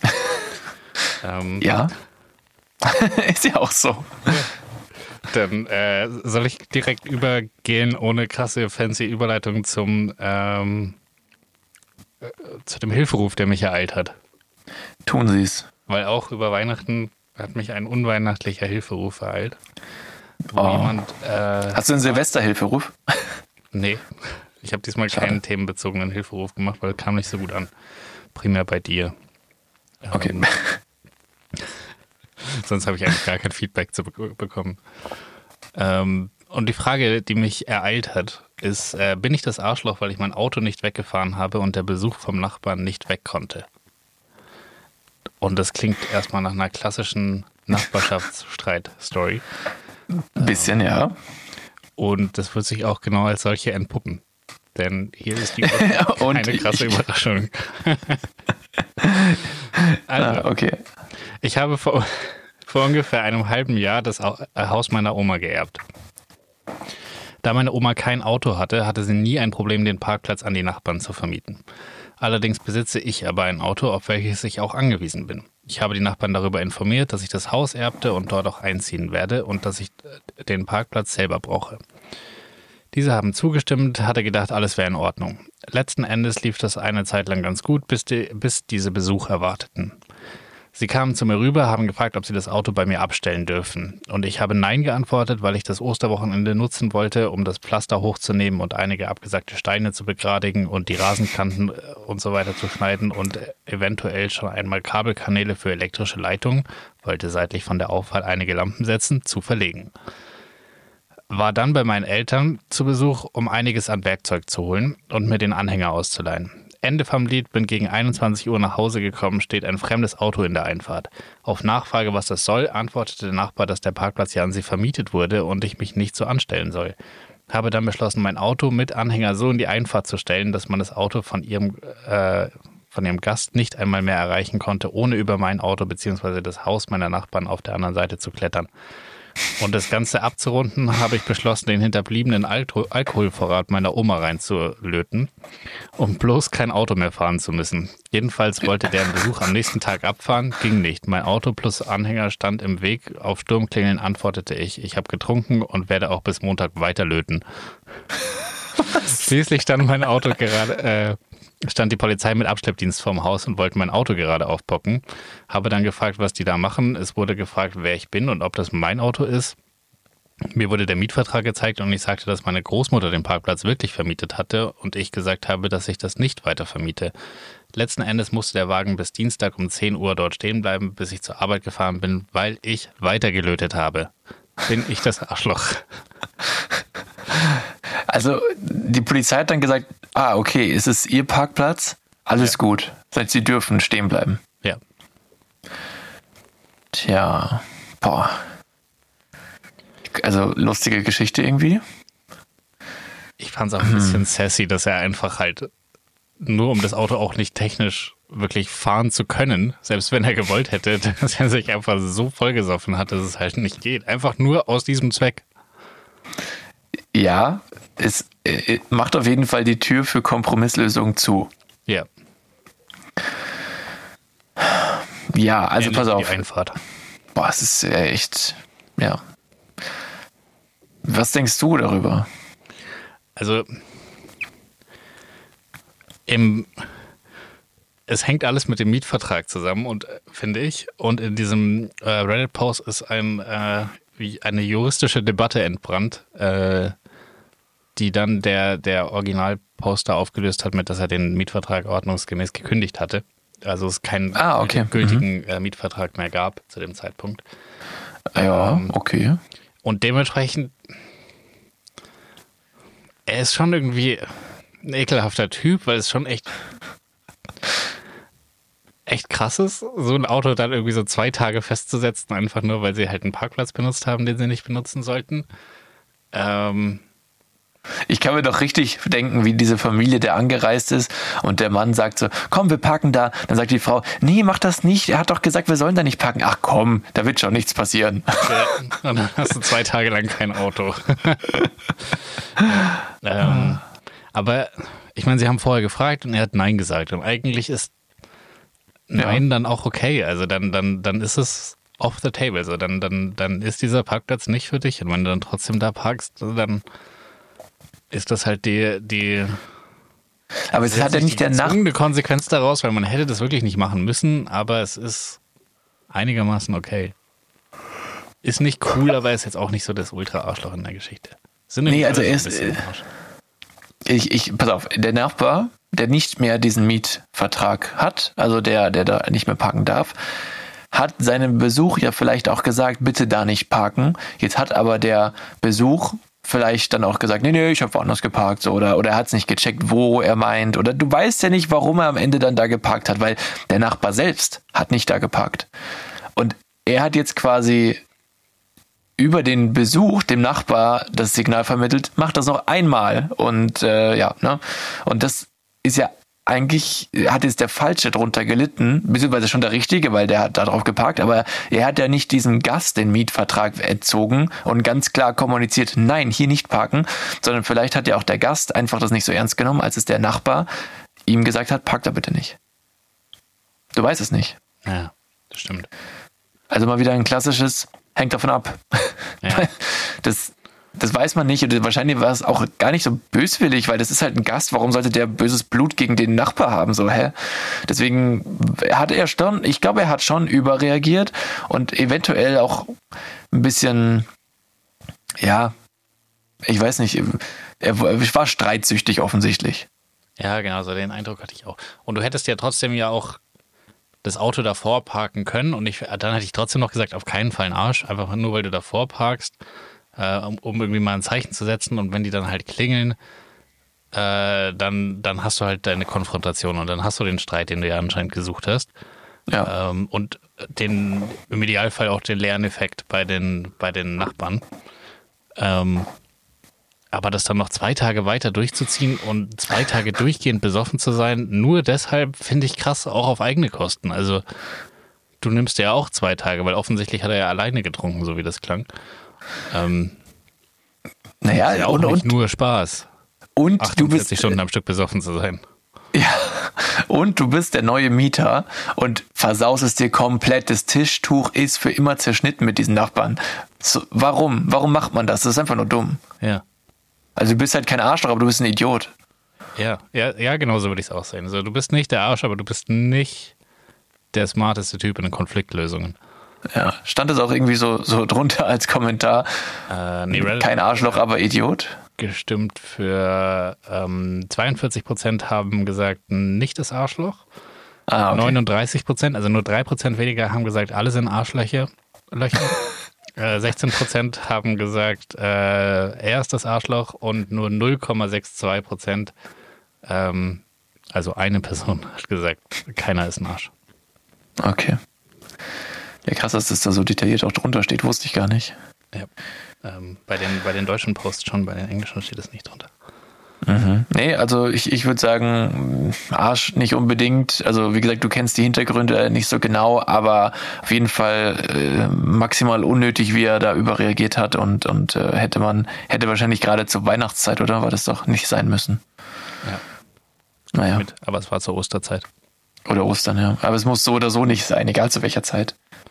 Ja. Ist ja auch so. Dann soll ich direkt übergehen, ohne krasse, fancy Überleitung zu dem Hilferuf, der mich ereilt hat. Tun Sie es. Weil auch über Weihnachten hat mich ein unweihnachtlicher Hilferuf ereilt. Wo jemand, Hast du einen Silvesterhilferuf? Nee, ich habe diesmal keinen themenbezogenen Hilferuf gemacht, weil kam nicht so gut an. Primär bei dir. Okay. Sonst habe ich eigentlich gar kein Feedback zu bekommen. Und die Frage, die mich ereilt hat, ist, bin ich das Arschloch, weil ich mein Auto nicht weggefahren habe und der Besuch vom Nachbarn nicht weg konnte? Und das klingt erstmal nach einer klassischen Nachbarschaftsstreit-Story. Ein bisschen, ja. Und das wird sich auch genau als solche entpuppen. Denn hier ist die keine krasse Überraschung. Also, okay. ich habe vor ungefähr einem halben Jahr das Haus meiner Oma geerbt. Da meine Oma kein Auto hatte sie nie ein Problem, den Parkplatz an die Nachbarn zu vermieten. Allerdings besitze ich aber ein Auto, auf welches ich auch angewiesen bin. Ich habe die Nachbarn darüber informiert, dass ich das Haus erbte und dort auch einziehen werde und dass ich den Parkplatz selber brauche. Diese haben zugestimmt, hatte gedacht, alles wäre in Ordnung. Letzten Endes lief das eine Zeit lang ganz gut, bis diese Besuch erwarteten. Sie kamen zu mir rüber, haben gefragt, ob sie das Auto bei mir abstellen dürfen. Und ich habe Nein geantwortet, weil ich das Osterwochenende nutzen wollte, um das Pflaster hochzunehmen und einige abgesackte Steine zu begradigen und die Rasenkanten und so weiter zu schneiden und eventuell schon einmal Kabelkanäle für elektrische Leitungen, wollte seitlich von der Auffahrt einige Lampen setzen, zu verlegen. War dann bei meinen Eltern zu Besuch, um einiges an Werkzeug zu holen und mir den Anhänger auszuleihen. Ende vom Lied, bin gegen 21 Uhr nach Hause gekommen, steht ein fremdes Auto in der Einfahrt. Auf Nachfrage, was das soll, antwortete der Nachbar, dass der Parkplatz ja an sie vermietet wurde und ich mich nicht so anstellen soll. Habe dann beschlossen, mein Auto mit Anhänger so in die Einfahrt zu stellen, dass man das Auto von ihrem Gast nicht einmal mehr erreichen konnte, ohne über mein Auto bzw. das Haus meiner Nachbarn auf der anderen Seite zu klettern. Und das Ganze abzurunden, habe ich beschlossen, den hinterbliebenen Alkoholvorrat meiner Oma reinzulöten, um bloß kein Auto mehr fahren zu müssen. Jedenfalls wollte deren Besuch am nächsten Tag abfahren, ging nicht. Mein Auto plus Anhänger stand im Weg. Auf Sturmklingeln antwortete ich habe getrunken und werde auch bis Montag weiter löten. Schließlich stand die Polizei mit Abschleppdienst vorm Haus und wollte mein Auto gerade aufpocken. Habe dann gefragt, was die da machen. Es wurde gefragt, wer ich bin und ob das mein Auto ist. Mir wurde der Mietvertrag gezeigt und ich sagte, dass meine Großmutter den Parkplatz wirklich vermietet hatte und ich gesagt habe, dass ich das nicht weiter vermiete. Letzten Endes musste der Wagen bis Dienstag um 10 Uhr dort stehen bleiben, bis ich zur Arbeit gefahren bin, weil ich weitergelötet habe. Bin ich das Arschloch? Also die Polizei hat dann gesagt, okay, es ist Ihr Parkplatz, alles gut. Sie dürfen stehen bleiben. Ja. Tja, boah. Also lustige Geschichte irgendwie. Ich fand es auch ein bisschen sassy, dass er einfach halt nur um das Auto auch nicht technisch wirklich fahren zu können, selbst wenn er gewollt hätte, dass er sich einfach so vollgesoffen hat, dass es halt nicht geht. Einfach nur aus diesem Zweck. Ja, es macht auf jeden Fall die Tür für Kompromisslösungen zu. Ja. Ja, also Ähnlich pass wie auf. Die Einfahrt. Boah, es ist echt, ja. Was denkst du darüber? Also es hängt alles mit dem Mietvertrag zusammen und finde ich. Und in diesem Reddit-Post ist eine juristische Debatte entbrannt, die dann der Originalposter aufgelöst hat, mit dass er den Mietvertrag ordnungsgemäß gekündigt hatte. Also es keinen gültigen Mietvertrag mehr gab zu dem Zeitpunkt. Ja, okay. Und dementsprechend, er ist schon irgendwie ein ekelhafter Typ, weil es schon echt krass ist, so ein Auto dann irgendwie so 2 Tage festzusetzen, einfach nur, weil sie halt einen Parkplatz benutzt haben, den sie nicht benutzen sollten. Ich kann mir doch richtig denken, wie diese Familie, der angereist ist und der Mann sagt so, komm, wir parken da. Dann sagt die Frau, nee, mach das nicht. Er hat doch gesagt, wir sollen da nicht parken. Ach komm, da wird schon nichts passieren. Ja, und dann hast du 2 Tage lang kein Auto. Aber ich meine, sie haben vorher gefragt und er hat Nein gesagt. Und eigentlich ist Nein dann auch okay. Also dann ist es off the table. So, dann ist dieser Parkplatz nicht für dich. Und wenn du dann trotzdem da parkst, dann ist das halt die aber es hat ja nicht der eine Konsequenz daraus, weil man hätte das wirklich nicht machen müssen, aber es ist einigermaßen okay. Ist nicht cool, aber ist jetzt auch nicht so das Ultra-Arschloch in der Geschichte. Also pass auf, der Nachbar, der nicht mehr diesen Mietvertrag hat, also der da nicht mehr parken darf, hat seinem Besuch ja vielleicht auch gesagt, bitte da nicht parken. Jetzt hat aber der Besuch vielleicht dann auch gesagt, nee, ich habe woanders geparkt, so, oder er hat es nicht gecheckt, wo er meint, oder du weißt ja nicht, warum er am Ende dann da geparkt hat, weil der Nachbar selbst hat nicht da geparkt. Und er hat jetzt quasi über den Besuch dem Nachbar das Signal vermittelt, mach das noch einmal und und das ist ja eigentlich, hat jetzt der Falsche drunter gelitten, beziehungsweise schon der Richtige, weil der hat da drauf geparkt, aber er hat ja nicht diesem Gast den Mietvertrag entzogen und ganz klar kommuniziert, nein, hier nicht parken, sondern vielleicht hat ja auch der Gast einfach das nicht so ernst genommen, als es der Nachbar ihm gesagt hat, park da bitte nicht. Du weißt es nicht. Ja, das stimmt. Also mal wieder ein klassisches, hängt davon ab. Ja. Das weiß man nicht und wahrscheinlich war es auch gar nicht so böswillig, weil das ist halt ein Gast, warum sollte der böses Blut gegen den Nachbar haben, so, hä? Deswegen hat er schon, ich glaube, er hat schon überreagiert und eventuell auch ein bisschen, ja, ich weiß nicht, er war streitsüchtig offensichtlich. Ja, genau, so den Eindruck hatte ich auch. Und du hättest ja trotzdem ja auch das Auto davor parken können und dann hätte ich trotzdem noch gesagt, auf keinen Fall einen Arsch, einfach nur, weil du davor parkst, um irgendwie mal ein Zeichen zu setzen und wenn die dann halt klingeln, dann hast du halt deine Konfrontation und dann hast du den Streit, den du ja anscheinend gesucht hast. Ja. Und im Idealfall auch den Lerneffekt bei den Nachbarn. Aber das dann noch 2 Tage weiter durchzuziehen und 2 Tage durchgehend besoffen zu sein, nur deshalb finde ich krass, auch auf eigene Kosten. Also du nimmst ja auch 2 Tage, weil offensichtlich hat er ja alleine getrunken, so wie das klang. Naja, ist ja auch nicht nur Spaß. Und 48 Stunden am Stück besoffen zu sein. Ja, und du bist der neue Mieter und versaust es dir komplett. Das Tischtuch ist für immer zerschnitten mit diesen Nachbarn. So, warum? Warum macht man das? Das ist einfach nur dumm. Ja. Also du bist halt kein Arschloch, aber du bist ein Idiot. Ja, genau so würde ich es auch sehen. Also du bist nicht der Arsch, aber du bist nicht der smarteste Typ in den Konfliktlösungen. Ja, stand es auch irgendwie so drunter als Kommentar. Kein Arschloch, aber Idiot. Gestimmt für 42% haben gesagt, nicht das Arschloch. Okay. 39%, also nur 3% weniger haben gesagt, alle sind Arschlöcher. 16% haben gesagt, er ist das Arschloch und nur 0,62%, also eine Person hat gesagt, keiner ist ein Arsch. Okay. Ja, krass, dass das da so detailliert auch drunter steht, wusste ich gar nicht. Ja. Bei den deutschen Posts schon, bei den englischen steht es nicht drunter. Nee, also ich würde sagen, Arsch nicht unbedingt. Also wie gesagt, du kennst die Hintergründe nicht so genau, aber auf jeden Fall maximal unnötig, wie er da überreagiert hat und hätte wahrscheinlich gerade zur Weihnachtszeit, oder? War das doch nicht sein müssen. Ja. Naja. Aber es war zur Osterzeit. Oder Ostern, ja. Aber es muss so oder so nicht sein, egal zu welcher Zeit.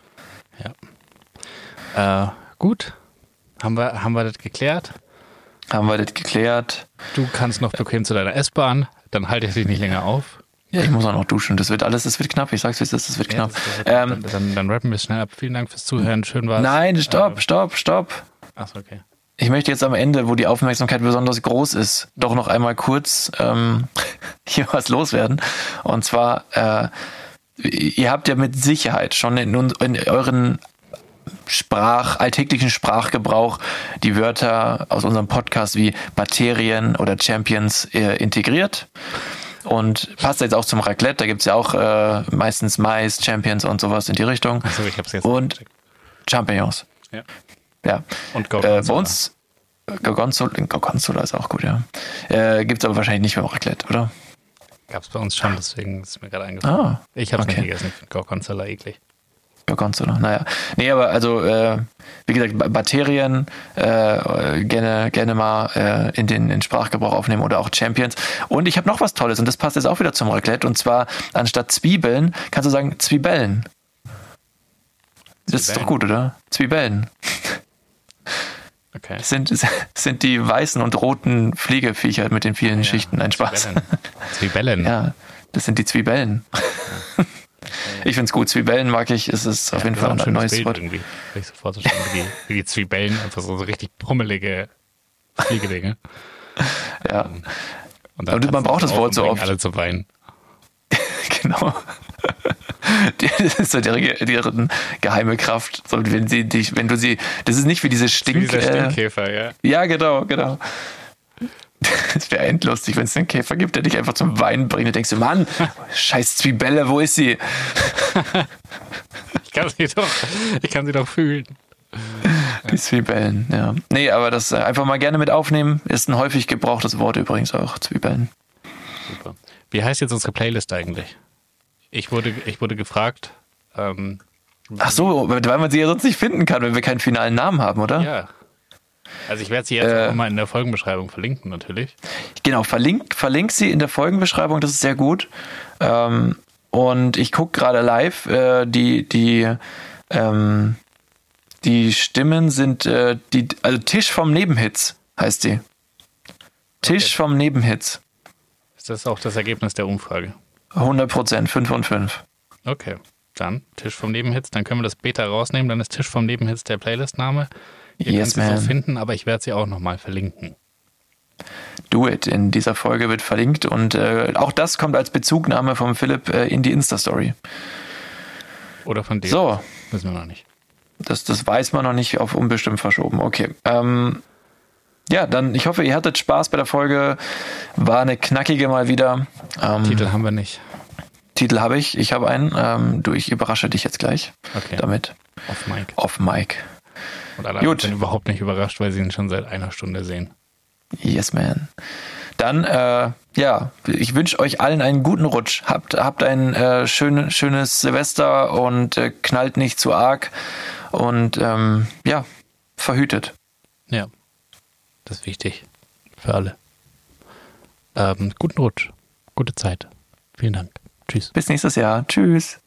Ja. Gut. Haben wir das geklärt? Haben wir das geklärt. Du kannst noch bequem zu deiner S-Bahn, dann halte ich dich nicht länger auf. Ja, ich muss auch noch duschen. Das wird knapp. Ich sag's, wie es ist, das wird knapp. Dann rappen wir schnell ab. Vielen Dank fürs Zuhören. Schön war's. Nein, stopp. Achso, okay. Ich möchte jetzt am Ende, wo die Aufmerksamkeit besonders groß ist, doch noch einmal kurz hier was loswerden. Und zwar, ihr habt ja mit Sicherheit schon in euren alltäglichen Sprachgebrauch die Wörter aus unserem Podcast wie Bakterien oder Champions integriert. Und passt jetzt auch zum Raclette, da gibt es ja auch meistens Mais, Champions und sowas in die Richtung. Achso, ich hab's jetzt und Champignons. Ja. Und Gorgonzola. Bei uns Gorgonzola ist auch gut, ja. Gibt es aber wahrscheinlich nicht mehr im Raclette, oder? Gab's bei uns schon, deswegen ist mir gerade eingefallen. Ich hab's nicht gegessen, ich finde Gorgonzola eklig. Gorgonzola, naja. Nee, aber also, wie gesagt, Bakterien gerne mal in den Sprachgebrauch aufnehmen oder auch Champions. Und ich habe noch was Tolles und das passt jetzt auch wieder zum Raclette. Und zwar anstatt Zwiebeln kannst du sagen Zwiebellen. Das ist doch gut, oder? Zwiebellen. Okay. Das sind die weißen und roten Fliegeviecher mit den vielen Schichten. Ein Spaß. Zwiebellen. Ja, das sind die Zwiebellen. Ich finde es gut. Zwiebellen mag ich. Es ist auf jeden Fall ein neues Bild Wort. Irgendwie. Kann ich sofort so stellen, wie die Zwiebellen, einfach so richtig brummelige Fliegedinge. Ja. Und man braucht das Wort so oft. Alle zu weinen. Genau. Das ist so deren geheime Kraft. So, wenn du sie, das ist nicht wie diese Stinkkäfer, ja. Ja, genau. Das wäre endlustig, wenn es einen Käfer gibt, der dich einfach zum Weinen bringt. Du denkst du, Mann, scheiß Zwiebelle, wo ist sie? Ich kann sie doch fühlen. Die Zwiebellen, ja. Nee, aber das einfach mal gerne mit aufnehmen. Ist ein häufig gebrauchtes Wort übrigens auch, Zwiebellen. Super. Wie heißt jetzt unsere Playlist eigentlich? Ich wurde gefragt. Ach so, weil man sie ja sonst nicht finden kann, wenn wir keinen finalen Namen haben, oder? Ja. Also ich werde sie jetzt auch mal in der Folgenbeschreibung verlinken, natürlich. Genau, verlink sie in der Folgenbeschreibung, das ist sehr gut. Und ich gucke gerade live, die Stimmen sind, also Tisch vom Nebenhits heißt die. Tisch vom Nebenhits. Ist das auch das Ergebnis der Umfrage? 100%, 5 von 5. Okay, dann Tisch vom Nebenhits, dann können wir das Beta rausnehmen, dann ist Tisch vom Nebenhits der Playlist-Name. Ihr könnt sie so finden, aber ich werde sie auch nochmal verlinken. Do it. In dieser Folge wird verlinkt und auch das kommt als Bezugnahme vom Philipp in die Insta-Story. Oder von dir. So. Wissen wir noch nicht. Das weiß man noch nicht, auf unbestimmt verschoben. Okay. Ja, dann, ich hoffe, ihr hattet Spaß bei der Folge. War eine knackige mal wieder. Titel haben wir nicht. Titel habe ich. Ich habe einen. Ich überrasche dich jetzt gleich damit. Off Mic. Und alle sind überhaupt nicht überrascht, weil sie ihn schon seit einer Stunde sehen. Yes, man. Dann, ich wünsche euch allen einen guten Rutsch. Habt ein schönes Silvester und knallt nicht zu arg. Und verhütet. Ja, das ist wichtig für alle. Guten Rutsch, gute Zeit. Vielen Dank. Tschüss. Bis nächstes Jahr. Tschüss.